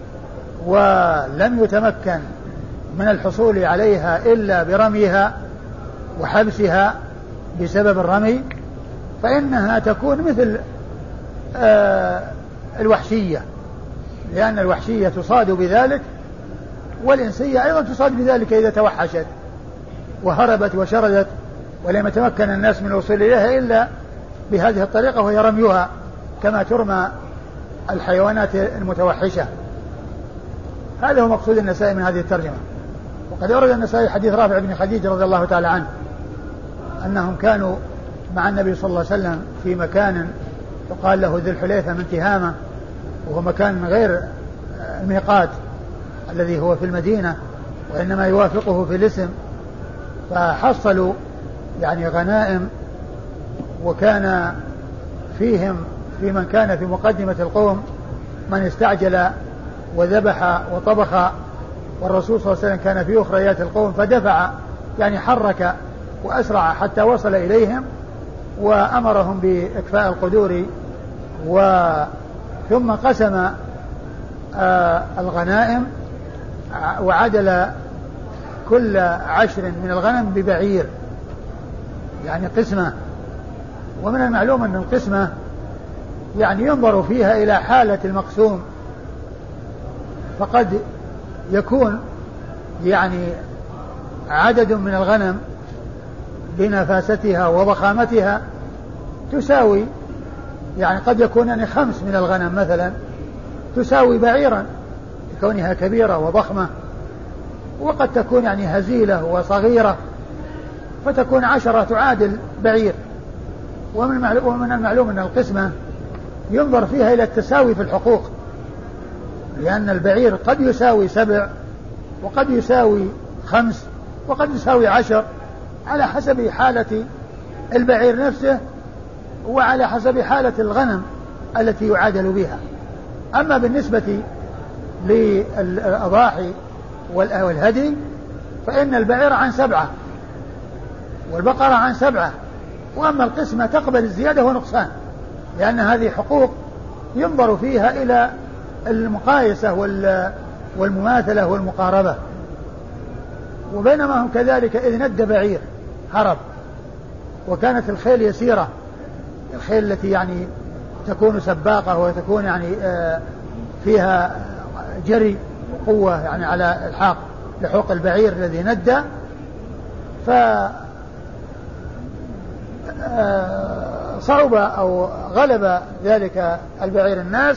[SPEAKER 2] ولم يتمكن من الحصول عليها إلا برميها وحبسها بسبب الرمي، فإنها تكون مثل آه الوحشية، لأن الوحشية تصاد بذلك، والإنسية أيضا تصاد بذلك إذا توحشت وهربت وشردت ولم يتمكن الناس من الوصول إليها إلا بهذه الطريقة، وهي رميها كما ترمى الحيوانات المتوحشة. هذا هو مقصود النسائي من هذه الترجمة. وقد أورد النسائي حديث رافع بن خديج رضي الله تعالى عنه أنهم كانوا مع النبي صلى الله عليه وسلم في مكان يقال له ذي الحليفة من تهامة، وهو مكان غير الميقات الذي هو في المدينة وإنما يوافقه في الاسم، فحصلوا يعني غنائم، وكان فيهم في من كان في مقدمة القوم من استعجل وذبح وطبخ، والرسول صلى الله عليه وسلم كان في أخريات القوم فدفع يعني حرك وأسرع حتى وصل إليهم وأمرهم بإكفاء القدور، ثم قسم آه الغنائم وعدل كل عشر من الغنم ببعير، يعني قسمة. ومن المعلوم أن القسمة يعني ينظر فيها إلى حالة المقسوم، فقد يكون يعني عدد من الغنم بنفاستها وضخامتها تساوي، يعني قد يكون يعني خمس من الغنم مثلا تساوي بعيرا لكونها كبيرة وضخمة، وقد تكون يعني هزيلة وصغيرة فتكون عشرة تعادل بعير. ومن المعلوم أن القسمة ينظر فيها إلى التساوي في الحقوق، لأن البعير قد يساوي سبع وقد يساوي خمس وقد يساوي عشر على حسب حالة البعير نفسه وعلى حسب حالة الغنم التي يعادل بها. أما بالنسبة للأضاحي والهدي فإن البعير عن سبعة والبقرة عن سبعة، وأما القسمة تقبل الزيادة ونقصان، لأن هذه حقوق ينظر فيها إلى المقايسة والمماثلة والمقاربة. وبينما هم كذلك إذ ند بعير هرب وكانت الخيل يسيرة، الخيل التي يعني تكون سباقة وتكون يعني فيها جري وقوة يعني على الحاق لحوق البعير الذي ندى، فصعب أو غلب ذلك البعير الناس،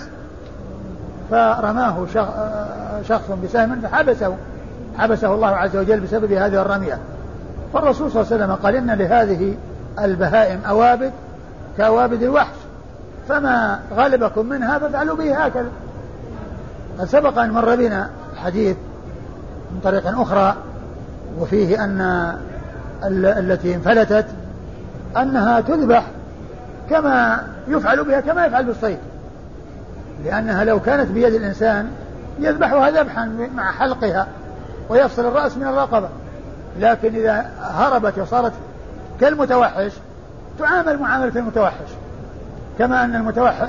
[SPEAKER 2] فرماه شخص بسهم فحبسه حبسه الله عز وجل بسبب هذه الرمية. فالرسول صلى الله عليه وسلم قال إن لهذه البهائم أوابد كأوابد الوحش، فما غلبكم منها فافعلوا به هكذا. قد سبق أن مر بنا الحديث من طريق أخرى وفيه أن التي انفلتت أنها تذبح كما يفعل بها كما يفعل بالصيد، لأنها لو كانت بيد الإنسان يذبحها ذبحا مع حلقها ويفصل الرأس من الرقبة، لكن إذا هربت وصارت كالمتوحش تعامل معاملة المتوحش، كما أن المتوحش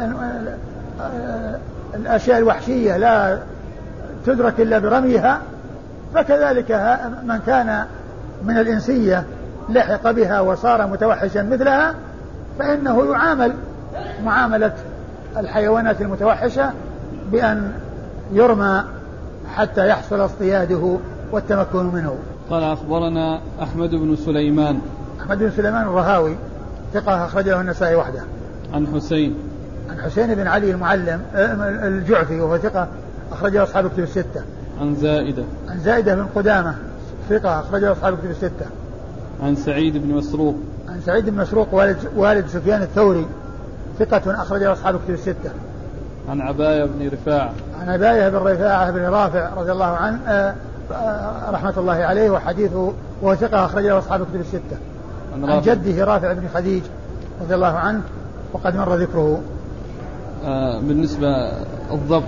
[SPEAKER 2] الأشياء الوحشية لا تدرك إلا برميها، فكذلك من كان من الإنسية لحق بها وصار متوحشا مثلها فإنه يعامل معاملة الحيوانات المتوحشة بأن يرمى حتى يحصل اصطياده والتمكن منه.
[SPEAKER 1] قال أخبرنا أحمد بن سليمان
[SPEAKER 2] أحمد بن سليمان الرهاوي ثقة أخرجه النسائي وحده.
[SPEAKER 1] عن حسين
[SPEAKER 2] عن حسين بن علي المعلم الجعفي وهو ثقة أخرجه أصحاب كتب الستة.
[SPEAKER 1] عن زائدة
[SPEAKER 2] عن زائدة بن قدامة ثقة أخرجه أصحاب كتب الستة.
[SPEAKER 1] عن سعيد بن مسروق
[SPEAKER 2] عن سعيد بن مسروق والد, والد سفيان الثوري ثقة أخرجه أصحاب كتب الستة.
[SPEAKER 1] عن عباية بن رفاعة
[SPEAKER 2] عن عباية بن رفاعة بن رافع رضي الله عنه آه آه رحمة الله عليه وحديثه وهو ثقة أخرجه أصحاب كتب الستة. عن, عن جده رافع بن خديج رضي الله عنه وقد مر ذكره.
[SPEAKER 1] آه بالنسبة الضبط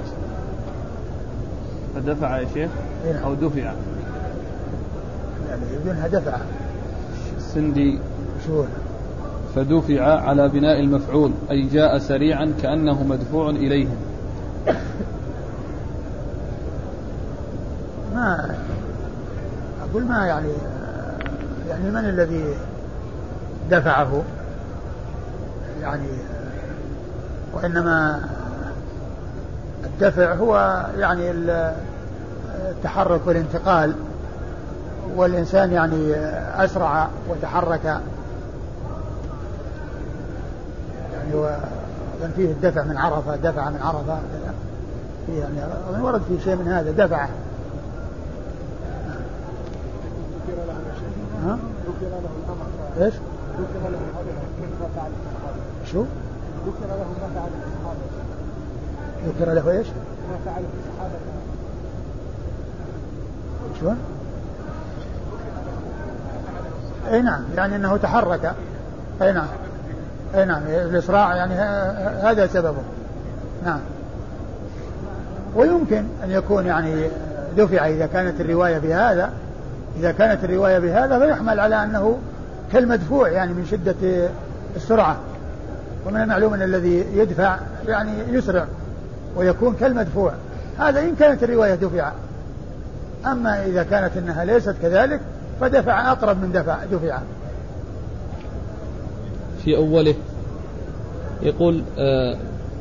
[SPEAKER 1] دفع يا شيخ أو دفع
[SPEAKER 2] يعني يبدونها دفع
[SPEAKER 1] السندي
[SPEAKER 2] شو
[SPEAKER 1] فدفع على بناء المفعول أي جاء سريعا كأنه مدفوع إليهم.
[SPEAKER 2] ما أقول ما يعني يعني من الذي دفعه يعني، وإنما الدفع هو يعني التحرك والانتقال، والإنسان يعني أسرع وتحرك يعني، وكان فيه الدفع من عرفة، دفع من عرفة فيه يعني ورد في شيء من هذا دفع. ها؟ ايش؟ ذكر له ما فعل الصحابة. شو؟ ذكر له ما فعل الصحابة. ذكر له ايش؟ ما فعل الصحابة. شو؟ اي نعم، يعني انه تحرك. اي نعم. اي نعم، الاسراع يعني هذا سببه. نعم. ويمكن ان يكون يعني دفع اذا كانت الرواية بهذا، إذا كانت الرواية بهذا فيحمل على أنه كالمدفوع يعني من شدة السرعة، ومن المعلوم أن الذي يدفع يعني يسرع ويكون كالمدفوع، هذا إن كانت الرواية دفع. أما إذا كانت أنها ليست كذلك فدفع أقرب من دفع دفع.
[SPEAKER 1] في أوله يقول آه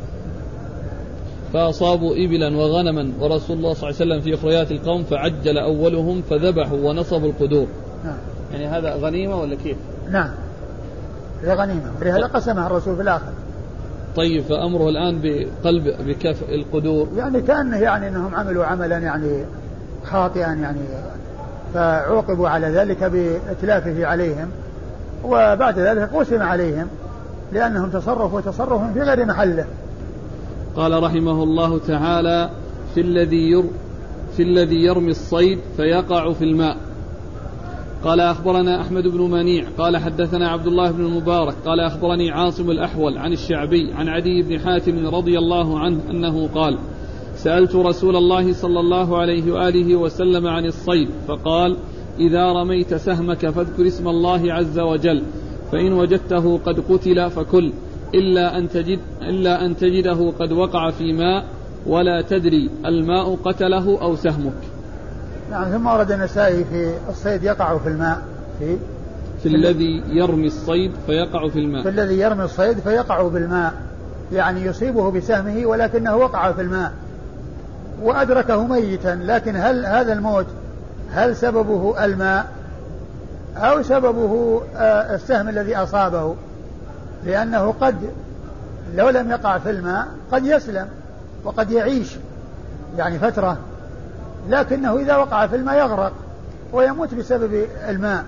[SPEAKER 1] فأصابوا إبلا وغنما ورسول الله صلى الله عليه وسلم في أخريات القوم فعجل أولهم فذبحوا ونصبوا القدور.
[SPEAKER 2] نعم.
[SPEAKER 1] يعني هذا غنيمة ولا كيف؟
[SPEAKER 2] نعم، هي غنيمة، ولهذا قسمها الرسول في الآخر.
[SPEAKER 1] طيب، فأمره الآن بقلب بكف القدور،
[SPEAKER 2] يعني كأنه يعني أنهم عملوا عملا يعني خاطئا يعني، فعوقبوا على ذلك بإتلافه عليهم، وبعد ذلك قسم عليهم لأنهم تصرفوا تصرفا في غير محله.
[SPEAKER 1] قال رحمه الله تعالى: في الذي ير في الذي يرمي الصيد فيقع في الماء. قال أخبرنا أحمد بن منيع قال حدثنا عبد الله بن المبارك قال أخبرني عاصم الأحول عن الشعبي عن عدي بن حاتم رضي الله عنه أنه قال: سألت رسول الله صلى الله عليه وآله وسلم عن الصيد فقال: إذا رميت سهمك فاذكر اسم الله عز وجل، فإن وجدته قد قتل فكل، إلا أن تجد إلا أن تجده قد وقع في ماء ولا تدري الماء قتله أو سهمك.
[SPEAKER 2] نعم. ثم ورد النسائي في الصيد يقع في الماء في
[SPEAKER 1] في الذي يرمي الصيد فيقع في الماء.
[SPEAKER 2] في الذي يرمي الصيد فيقع بالماء، يعني يصيبه بسهمه ولكنه وقع في الماء وأدركه ميتا، لكن هل هذا الموت هل سببه الماء أو سببه السهم الذي أصابه؟ لأنه قد لو لم يقع في الماء قد يسلم وقد يعيش يعني فترة، لكنه إذا وقع في الماء يغرق ويموت بسبب الماء.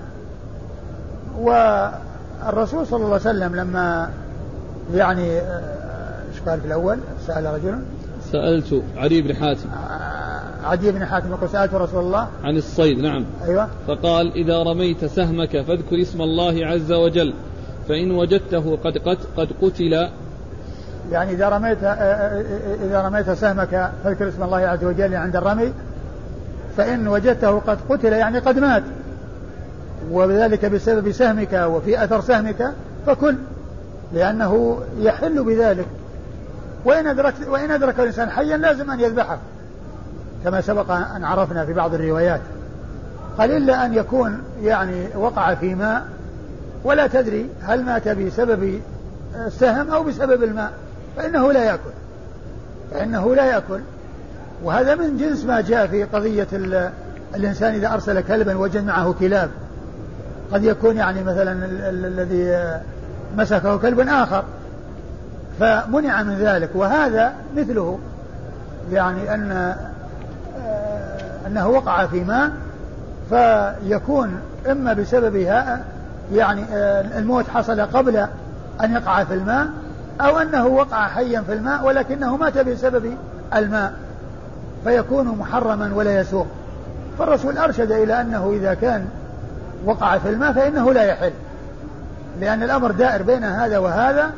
[SPEAKER 2] والرسول صلى الله عليه وسلم لما يعني ايش قال في الأول؟ سأل رجل
[SPEAKER 1] سألت عدي بن حاتم
[SPEAKER 2] عدي بن حاتم يقول: سألت رسول الله
[SPEAKER 1] عن الصيد. نعم.
[SPEAKER 2] أيوة.
[SPEAKER 1] فقال: إذا رميت سهمك فاذكر اسم الله عز وجل، فإن وجدته قد قد, قد قتل.
[SPEAKER 2] يعني إذا رميت إذا رميت سهمك فاذكر اسم الله عز وجل عند الرمي، فإن وجدته قد قتل يعني قد مات، وذلك بسبب سهمك وفي أثر سهمك فكل، لأنه يحل بذلك. وإن أدرك وإن أدرك الإنسان حيا لازم أن يذبحه كما سبق أن عرفنا في بعض الروايات. قال: إلا أن يكون يعني وقع في ماء ولا تدري هل مات بسبب السهم أو بسبب الماء، فإنه لا يأكل فإنه لا يأكل وهذا من جنس ما جاء في قضية الإنسان إذا أرسل كلبا وجد معه كلاب، قد يكون يعني مثلا الذي مسكه كلب آخر فمنع من ذلك، وهذا مثله يعني أن أنه وقع في ماء فيكون إما بسببها يعني الموت حصل قبل أن يقع في الماء، أو أنه وقع حيا في الماء ولكنه مات بسبب الماء فيكون محرما ولا يسوق. فالرسول أرشد إلى أنه إذا كان وقع في الماء فإنه لا يحل، لأن الأمر دائر بين هذا وهذا،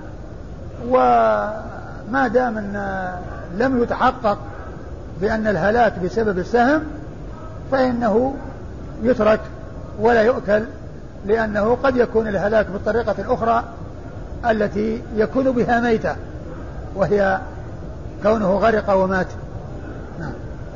[SPEAKER 2] وما دام أن لم يتحقق بأن الهلاك بسبب السهم فإنه يترك ولا يؤكل، لأنه قد يكون الهلاك بالطريقة الأخرى التي يكون بها ميتة وهي كونه غرق ومات. نعم.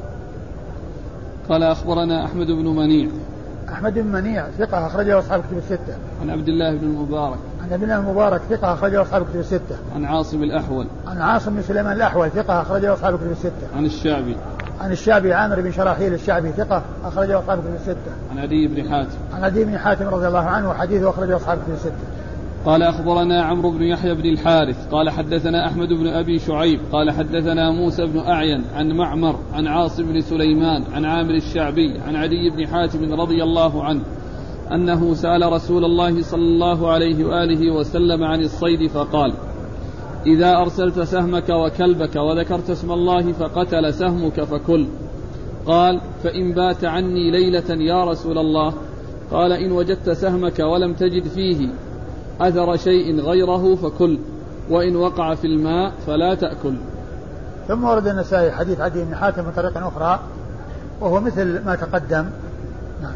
[SPEAKER 1] قال أخبرنا أحمد بن منيع.
[SPEAKER 2] أحمد بن منيع ثقة أخرجه أصحاب الكتب الستة.
[SPEAKER 1] عن عبد الله بن المبارك.
[SPEAKER 2] عن عبد الله بن المبارك ثقة أخرجه أصحاب الكتب الستة.
[SPEAKER 1] عن عاصم الأحول.
[SPEAKER 2] عن عاصم بن سليمان الأحول ثقة أخرجه أصحاب الكتب الستة.
[SPEAKER 1] عن الشعبي.
[SPEAKER 2] عن الشعبي عامر بن شراحيل الشعبي ثقة أخرجه أصحاب الكتب الستة.
[SPEAKER 1] عن عدي بن حاتم.
[SPEAKER 2] عن عدي بن حاتم رضي الله عنه وحديثه أخرجه أصحاب الكتب الستة.
[SPEAKER 1] قال أخبرنا عمرو بن يحيى بن الحارث قال حدثنا أحمد بن أبي شعيب قال حدثنا موسى بن أعين عن معمر عن عاصم بن سليمان عن عامر الشعبي عن عدي بن حاتم رضي الله عنه أنه سأل رسول الله صلى الله عليه وآله وسلم عن الصيد فقال: إذا أرسلت سهمك وكلبك وذكرت اسم الله فقتل سهمك فكل. قال: فإن بات عني ليلة يا رسول الله؟ قال: إن وجدت سهمك ولم تجد فيه أثر شيء غيره فكل، وإن وقع في الماء فلا تأكل.
[SPEAKER 2] ثم ورد النسائي حديث عدي بن حاتم من طريق أخرى وهو مثل ما تقدم. نعم.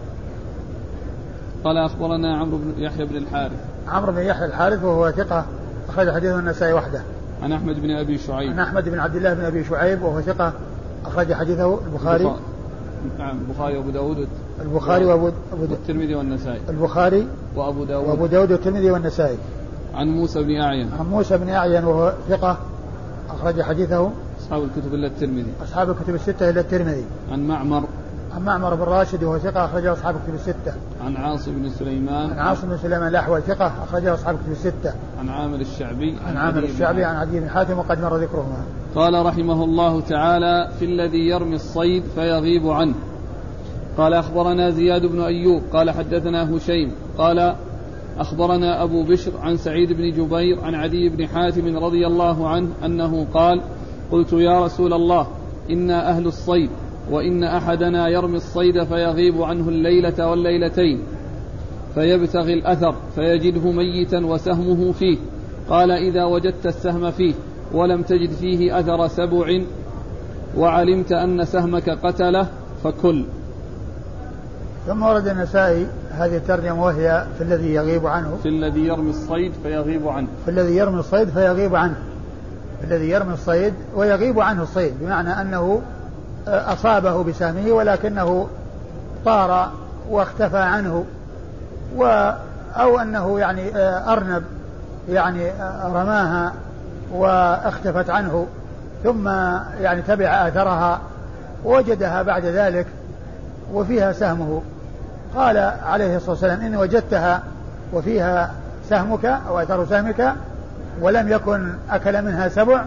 [SPEAKER 1] قال أخبرنا عمرو بن يحيى بن الحارث.
[SPEAKER 2] عمرو بن يحيى الحارث وهو ثقة أخرج حديثه النسائي وحده.
[SPEAKER 1] عن أحمد بن أبي شعيب.
[SPEAKER 2] عن أحمد بن عبد الله بن أبي شعيب وهو ثقة أخرج حديثه البخاري.
[SPEAKER 1] نعم. البخاري وأبو داود.
[SPEAKER 2] البخاري وأبو
[SPEAKER 1] والترمذي والنسائي.
[SPEAKER 2] البخاري
[SPEAKER 1] وأبو داود.
[SPEAKER 2] وأبو داود والترمذي والنسائي.
[SPEAKER 1] عن موسى بن أعين.
[SPEAKER 2] عن موسى بن أعين وهو ثقة أخرج حديثه
[SPEAKER 1] أصحاب الكتب إلا الترمذي.
[SPEAKER 2] أصحاب الكتب الستة إلا الترمذي.
[SPEAKER 1] عن معمر.
[SPEAKER 2] عن معمر بن راشد وهو ثقة أخرجه أصحاب الكتب الستة.
[SPEAKER 1] عن عاصم بن سليمان.
[SPEAKER 2] عن عاصم بن سليمان الأحول ثقة أخرجه أصحاب الكتب الستة.
[SPEAKER 1] عن عامر الشعبي.
[SPEAKER 2] عن عامر الشعبي عن عدي بن حاتم وقد مر ذكرهما.
[SPEAKER 1] قال رحمه الله تعالى: في الذي يرمي الصيد فيغيب عنه. قال أخبرنا زياد بن أيوب قال حدثنا هشيم قال أخبرنا أبو بشر عن سعيد بن جبير عن عدي بن حاتم رضي الله عنه أنه قال: قلت يا رسول الله إنا أهل الصيد وإن أحدنا يرمي الصيد فيغيب عنه الليلة والليلتين فيبتغي الأثر فيجده ميتا وسهمه فيه. قال: إذا وجدت السهم فيه ولم تجد فيه أثر سبع وعلمت أن سهمك قتله فكل.
[SPEAKER 2] ثم ورد النسائي هذه الترجمة وهي في الذي يغيب عنه.
[SPEAKER 1] في الذي يرمي الصيد فيغيب عنه.
[SPEAKER 2] في الذي يرمي الصيد فيغيب عنه. في الذي يرمي الصيد ويغيب عنه الصيد بمعنى أنه أصابه بسهمه ولكنه طار واختفى عنه، و أو أنه يعني أرنب يعني رماها واختفت عنه ثم يعني تبع آثرها ووجدها بعد ذلك وفيها سهمه. قال عليه الصلاة والسلام: إن وجدتها وفيها سهمك أو أثر سهمك ولم يكن أكل منها سبع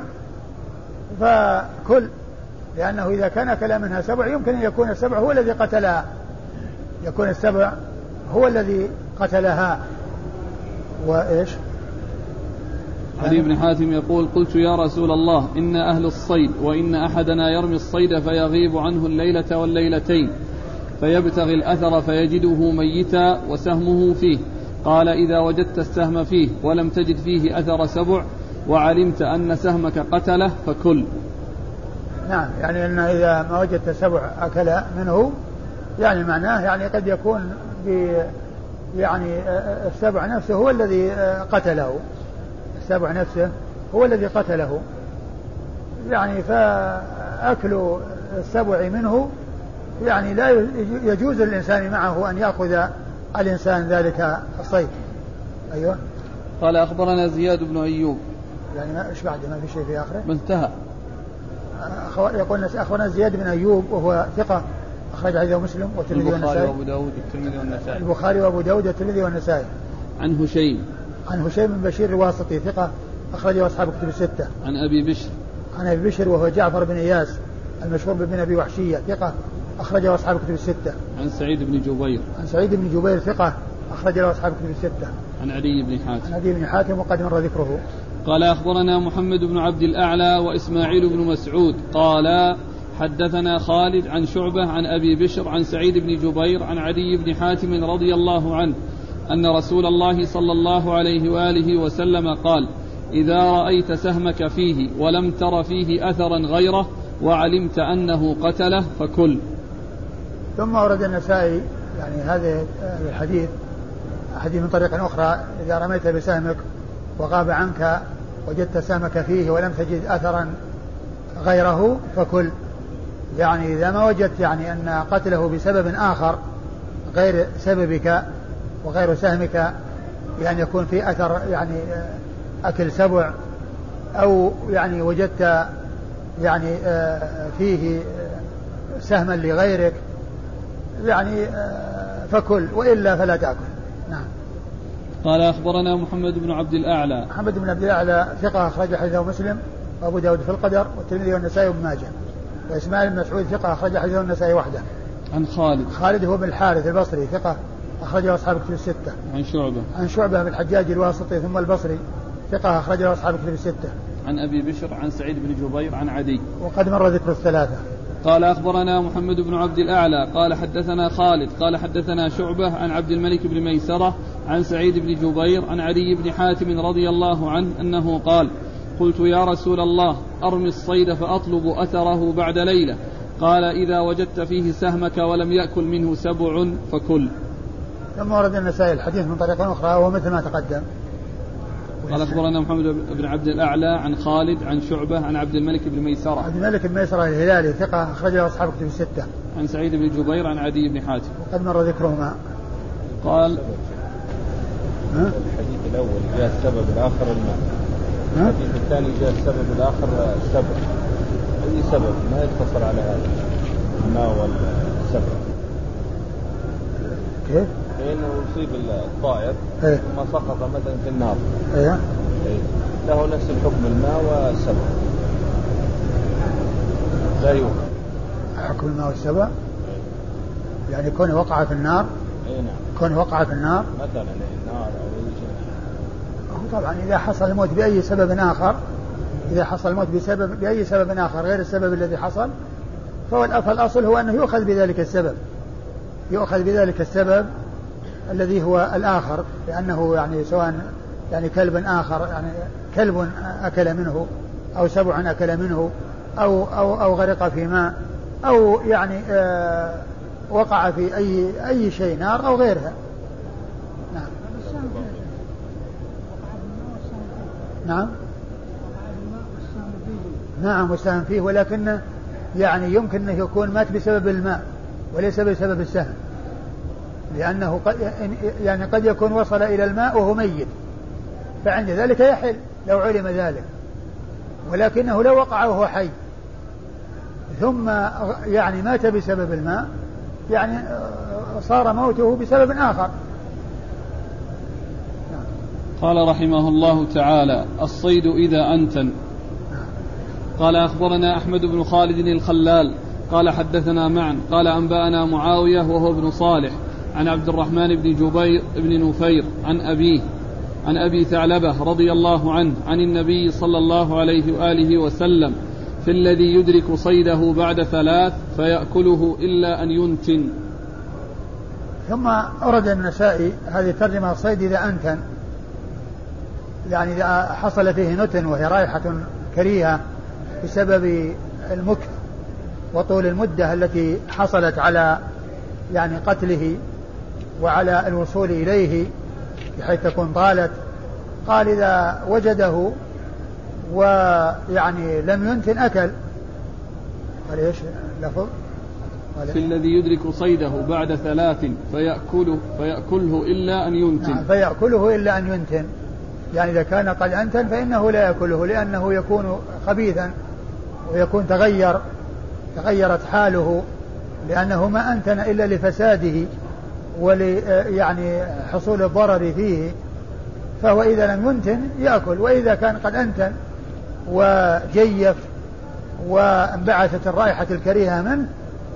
[SPEAKER 2] فكل، لأنه إذا كان أكل منها سبع يمكن أن يكون السبع هو الذي قتلها، يكون السبع هو الذي قتلها. وإيش؟
[SPEAKER 1] علي بن حاتم يقول: قلت يا رسول الله إن أهل الصيد وإن أحدنا يرمي الصيد فيغيب عنه الليلة والليلتين فيبتغي الأثر فيجده ميتا وسهمه فيه. قال: إذا وجدت السهم فيه ولم تجد فيه أثر سبع وعلمت أن سهمك قتله فكل.
[SPEAKER 2] نعم، يعني أن إذا ما وجدت سبع أكل منه يعني معناه يعني قد يكون يعني السبع نفسه هو الذي قتله، السبع نفسه هو الذي قتله، يعني فأكل السبع منه يعني لا يجوز للإنسان معه أن يأخذ الإنسان ذلك الصيد. أيوة.
[SPEAKER 1] قال أخبرنا زياد بن أيوب.
[SPEAKER 2] يعني ما إيش بعد ما في شيء في آخره؟
[SPEAKER 1] انتهى.
[SPEAKER 2] يقول أخبرنا زياد بن أيوب وهو ثقة أخرج حديثه مسلم والترمذي والنسائي.
[SPEAKER 1] البخاري وأبو داود والترمذي والنسائي.
[SPEAKER 2] البخاري وأبو داود والترمذي والنسائي.
[SPEAKER 1] عن هشيم.
[SPEAKER 2] عن هشيم بن بشير الواسطي ثقة أخرجه أصحاب الكتب الستة.
[SPEAKER 1] عن أبي بشر.
[SPEAKER 2] عن أبي بشر وهو جعفر بن إياس المشهور بابن أبي وحشية ثقة أخرجه أصحاب الكتب الستة.
[SPEAKER 1] عن سعيد بن جبير.
[SPEAKER 2] عن سعيد بن جبير ثقة أخرجه أصحاب الكتب الستة.
[SPEAKER 1] عن عدي بن حاتم.
[SPEAKER 2] عن عدي بن حاتم وقد مر ذكره.
[SPEAKER 1] قال أخبرنا محمد بن عبد الأعلى وإسماعيل بن مسعود قال حدثنا خالد عن شعبة عن أبي بشر عن سعيد بن جبير عن عدي بن حاتم رضي الله عنه أن رسول الله صلى الله عليه وآله وسلم قال: إذا رأيت سهمك فيه ولم تر فيه أثرا غيره وعلمت أنه قتله فكل.
[SPEAKER 2] ثم ورد النسائي يعني هذا الحديث حديث من طريق أخرى: إذا رميت بسهمك وغاب عنك وجدت سهمك فيه ولم تجد أثرا غيره فكل. يعني إذا ما وجدت يعني أن قتله بسبب آخر غير سببك وغير سهمك، يعني يكون في أثر يعني أكل سبع، أو يعني وجدت يعني فيه سهما لغيرك يعني فكل، وإلا فلا تأكل. نعم.
[SPEAKER 1] قال أخبرنا محمد بن عبد الأعلى.
[SPEAKER 2] محمد بن عبد الأعلى ثقة أخرج حديثه مسلم وأبو داود في القدر والترمذي والنسائي وابن ماجه. وإسماعيل بن مسعود ثقة أخرج حديثه النسائي وحده.
[SPEAKER 1] عن خالد.
[SPEAKER 2] خالد هو بن الحارث البصري ثقة أخرجه أصحاب كتب الستة.
[SPEAKER 1] عن شعبة.
[SPEAKER 2] عن شعبة بن الحجاج الواسطي ثم البصري ثقة أخرجه أصحاب كتب الستة.
[SPEAKER 1] عن أبي بشر عن سعيد بن جبير عن عدي.
[SPEAKER 2] وقد مر ذكر الثلاثة.
[SPEAKER 1] قال أخبرنا محمد بن عبد الأعلى قال حدثنا خالد قال حدثنا شعبة عن عبد الملك بن ميسرة عن سعيد بن جبير عن عدي بن حاتم رضي الله عنه أنه قال: قلت يا رسول الله أرمي الصيد فأطلب أثره بعد ليلة، قال: إذا وجدت فيه سهمك ولم يأكل منه سبع فكل.
[SPEAKER 2] ثم ورد النسائي الحديث من طريق أخرى وهو مثل ما تقدم.
[SPEAKER 1] قال أخبرنا محمد بن عبد الأعلى عن خالد عن شعبة عن عبد الملك بن ميسرة.
[SPEAKER 2] عبد الملك بن ميسرة الهلالي ثقة أخرجه أصحاب كتب الستة.
[SPEAKER 1] عن سعيد بن جبير عن عدي بن حاتم.
[SPEAKER 2] وقد مر ذكرهما.
[SPEAKER 1] قال:
[SPEAKER 3] ها؟ الحديث الأول جاء السبب الآخر الماء. الحديث الثاني جاء السبب الآخر السبب. أي سبب ما يقتصر على هذا الماء والسبب.
[SPEAKER 2] كيف؟
[SPEAKER 3] لأنه يصيب الطائر
[SPEAKER 2] إيه؟
[SPEAKER 3] ثم سقط مثلا في النار.
[SPEAKER 2] إيه؟
[SPEAKER 3] إيه؟ له نفس الحكم الماء والسبب. لا يوجد
[SPEAKER 2] حكم الماء والسبب. يعني كونه وقع في النار.
[SPEAKER 3] إيه نعم.
[SPEAKER 2] كونه وقع في النار.
[SPEAKER 3] مثلا النار أو أي شيء.
[SPEAKER 2] طبعا إذا حصل الموت بأي سبب آخر، إذا حصل الموت بسبب بأي سبب آخر غير السبب الذي حصل، فالأصل هو أنه يؤخذ بذلك السبب، يؤخذ بذلك السبب الذي هو الآخر، لأنه يعني سواء يعني كلب آخر يعني كلب أكل منه أو سبع أكل منه أو أو أو غرق في ماء أو يعني آه وقع في أي أي شيء نار أو غيرها. نعم. نعم. نعم والسهم فيه، ولكن يعني يمكن أن يكون مات بسبب الماء وليس بسبب السهم، لأنه قد يعني قد يكون وصل إلى الماء وهو ميت، فعند ذلك يحل لو علم ذلك، ولكنه لو وقع وهو حي ثم يعني مات بسبب الماء يعني صار موته بسبب آخر.
[SPEAKER 1] قال رحمه الله تعالى: الصيد إذا أنتن. قال أخبرنا أحمد بن خالد الخلال قال حدثنا معا قال أنبأنا معاوية وهو ابن صالح عن عبد الرحمن بن جبير بن نفير عن أبيه عن أبي ثعلبة رضي الله عنه عن النبي صلى الله عليه وآله وسلم في الذي يدرك صيده بعد ثلاث فيأكله إلا أن ينتن.
[SPEAKER 2] ثم أورد النسائي هذه الترجمة: الصيد إذا أنتن، يعني إذا حصل فيه نتن وهي رائحة كريهة بسبب المكث وطول المدة التي حصلت على يعني قتله وعلى الوصول إليه بحيث تكون طالت. قال إذا وجده ويعني لم ينتن أكل. قال إيش لفظ؟
[SPEAKER 1] في الذي يدرك صيده بعد ثلاث فيأكله, فيأكله إلا أن ينتن.
[SPEAKER 2] نعم فيأكله إلا أن ينتن، يعني إذا كان قد أنتن فإنه لا يأكله، لأنه يكون خبيثا ويكون تغير تغيرت حاله، لأنه ما أنتن إلا لفساده ولي يعني حصول الضرر فيه، فهو إذا لم ينتن يأكل. وإذا كان قد أنتن وجيف وانبعثت الرائحة الكريهة منه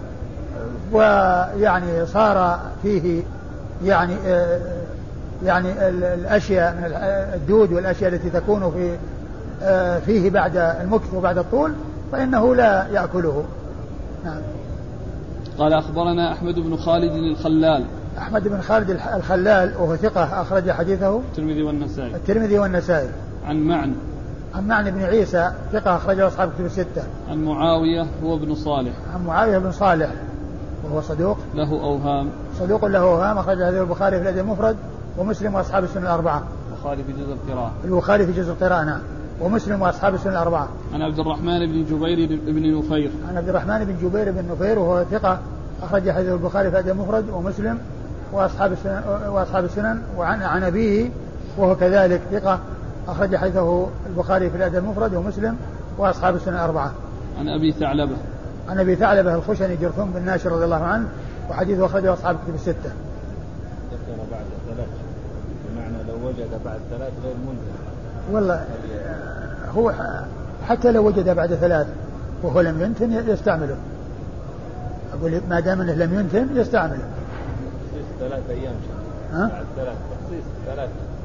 [SPEAKER 2] ويعني صار فيه يعني يعني الأشياء من الدود والأشياء التي تكون في فيه بعد المكث وبعد الطول فإنه لا يأكله. نعم.
[SPEAKER 1] قال أخبرنا أحمد بن خالد الخلال.
[SPEAKER 2] أحمد بن خالد الخلال وهو ثقة أخرج حديثه
[SPEAKER 1] الترمذي والنسائي.
[SPEAKER 2] الترمذي والنسائي.
[SPEAKER 1] عن معن.
[SPEAKER 2] عن معن بن عيسى ثقة أخرجه أصحاب كتب الستة.
[SPEAKER 1] عن معاوية هو ابن صالح.
[SPEAKER 2] عن معاوية بن صالح وهو صدوق
[SPEAKER 1] له أوهام.
[SPEAKER 2] صدوق له أوهام، أخرج هذه البخاري في الأدب المفرد ومسلم وأصحاب السنن الأربعة.
[SPEAKER 1] البخاري في جزء القراءة.
[SPEAKER 2] البخاري في جزء القراءة نعم. ومسلم وأصحاب السنن الأربعة.
[SPEAKER 1] عن عبد الرحمن بن جبير بن نفير.
[SPEAKER 2] عن عبد الرحمن بن جبير بن نفير وهو ثقة أخرج حديث البخاري في الأدب المفرد ومسلم وأصحاب السنن وأصحاب السنن. وعن عن أبيه وهو كذلك ثقة أخرج حديثه البخاري في الأدب المفرد ومسلم وأصحاب السنن الأربعة.
[SPEAKER 1] عن أبي ثعلبة.
[SPEAKER 2] عن أبي ثعلبة الخشني جرثوم بن ناشر رضي الله عنه وحديثه أخرجه أصحاب الكتب الستة.
[SPEAKER 3] ذكر بعد ثلاث بمعنى لو وجد بعد ثلاث غير منتهي.
[SPEAKER 2] والله هو حتى لو وجد بعد ثلاث وهو لم ينتن يستعمله. أقول ما دام أنه لم ينتن يستعمله.
[SPEAKER 3] تخصيص ثلاث أيام شهر.
[SPEAKER 2] ها؟
[SPEAKER 3] بعد ثلاث تخصيص ثلاث.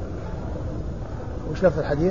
[SPEAKER 2] وش لفظ الحديث؟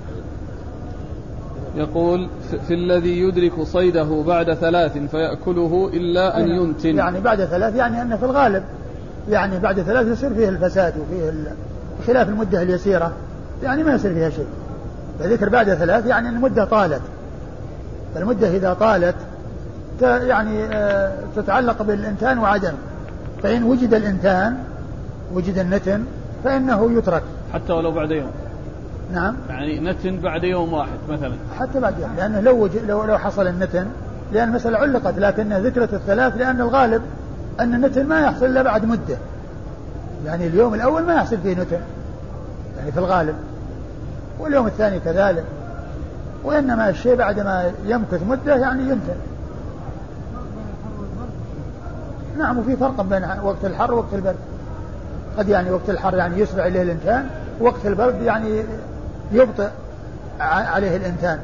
[SPEAKER 1] يقول في الذي يدرك صيده بعد ثلاث فيأكله إلا أن ينتن.
[SPEAKER 2] يعني بعد ثلاث يعني أنه في الغالب يعني بعد ثلاث يصير فيه الفساد وفيه خلاف المدة اليسيرة يعني ما يصير فيها شيء. فذكر بعد ثلاث يعني أن المدة طالت. فالمدة إذا طالت يعني تتعلق بالإنتان وعدم. فإن وجد الإنتان وجد النتن فإنه يترك
[SPEAKER 1] حتى ولو بعد يوم.
[SPEAKER 2] نعم.
[SPEAKER 1] يعني نتن بعد يوم واحد مثلا.
[SPEAKER 2] حتى بعد يوم لأنه لو وجد لو لو حصل النتن لأن المسألة علقت لكن ذكرت الثلاث لأن الغالب أن النتن ما يحصل إلا بعد مدة. يعني اليوم الأول ما يحصل فيه نتن يعني في الغالب واليوم الثاني كذلك. وإنما الشيء بعد ما يمكث مدة يعني ينتن. نعم. وفي فرق بين وقت الحر ووقت البرد. قد يعني وقت الحر يعني يسرع إليه الإنتان وقت البرد يعني يبطئ عليه الإنتان.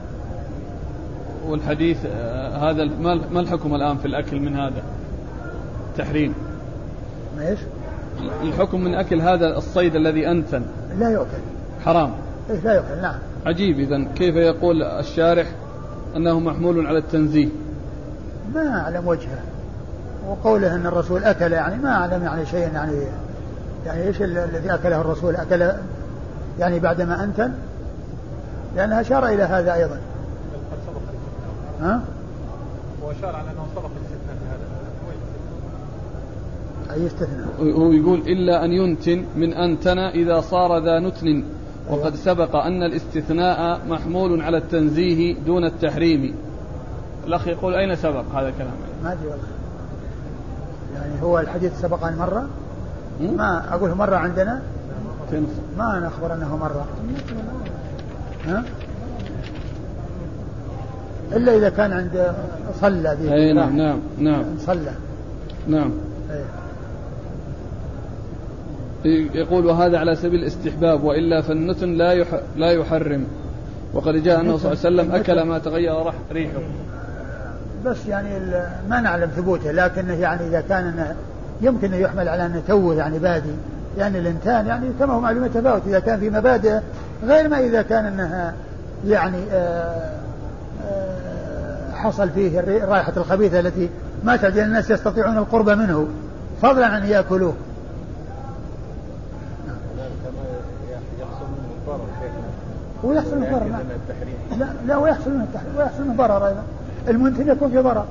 [SPEAKER 1] والحديث آه هذا ما الحكم الآن في الأكل من هذا تحريم؟
[SPEAKER 2] ما إيش؟
[SPEAKER 1] الحكم من أكل هذا الصيد الذي أنتن
[SPEAKER 2] لا يؤكل.
[SPEAKER 1] حرام.
[SPEAKER 2] إيه لا يؤكل. نعم.
[SPEAKER 1] عجيب. إذن كيف يقول الشارح أنه محمول على التنزيه؟
[SPEAKER 2] ما أعلم وجهه. وقوله أن الرسول أكل يعني ما أعلم يعني شيء يعني يعني إيش الذي أكله الرسول أكل يعني بعدما أنتن لأنها أشار إلى هذا أيضا. ها؟
[SPEAKER 3] وأشار على أنه سبق الاستثناء في هذا.
[SPEAKER 2] أي استثناء؟
[SPEAKER 1] هو يقول إلا أن ينتن من أنتن إذا صار ذا نتن وقد سبق أن الاستثناء محمول على التنزيه دون التحريم. الأخ يقول أين سبق هذا الكلام؟
[SPEAKER 2] ما أدري والله. يعني هو الحديث سبق عن مرة ما أقوله مرة عندنا ما نخبر أنه مرة. ها؟ إلا إذا كان عند صلى ذي.
[SPEAKER 1] أي نعم نعم نعم
[SPEAKER 2] صلى.
[SPEAKER 1] نعم. أي. يقول وهذا على سبيل الاستحباب وإلا فالنتن لا يح لا يحرم وقد جاء أنه صلى الله عليه وسلم أكل ما تغير ريحه.
[SPEAKER 2] بس يعني ما نعلم ثبوته لكنه يعني إذا كان إنه يمكن أن يحمل على أنه توه يعني بادي يعني الإنتان يعني كما هو معلومة تفاوت إذا كان في مبادئ غير ما إذا كان أنها يعني آآ آآ حصل فيه الرائحة الخبيثة التي ما تعجل الناس يستطيعون القرب منه فضلا عن يأكلوه. ويحصل منه ضرر. لا لا ويحصل منه التحريم ويحصل منه ضرر أيضا. المنتن يكون في ضرر.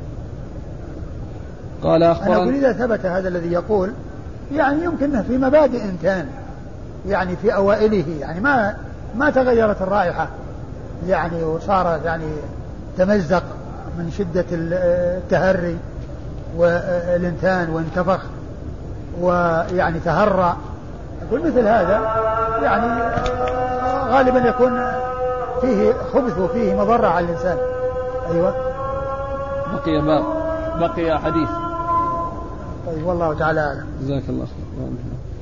[SPEAKER 1] قال أخبرنا.
[SPEAKER 2] أنا أقول إذا ثبت هذا الذي يقول يعني يمكنه في مبادئ إنتان يعني في أوائله يعني ما ما تغيرت الرائحة يعني وصار يعني تمزق من شدة التهري والإنتان وانتفخ ويعني تهرى. أقول مثل هذا يعني غالبا يكون فيه خبث وفيه مضرة على الإنسان. أيوة.
[SPEAKER 1] بقي باب بقي حديث.
[SPEAKER 2] طيب والله تعالى أعلم.
[SPEAKER 1] جزاك الله خير.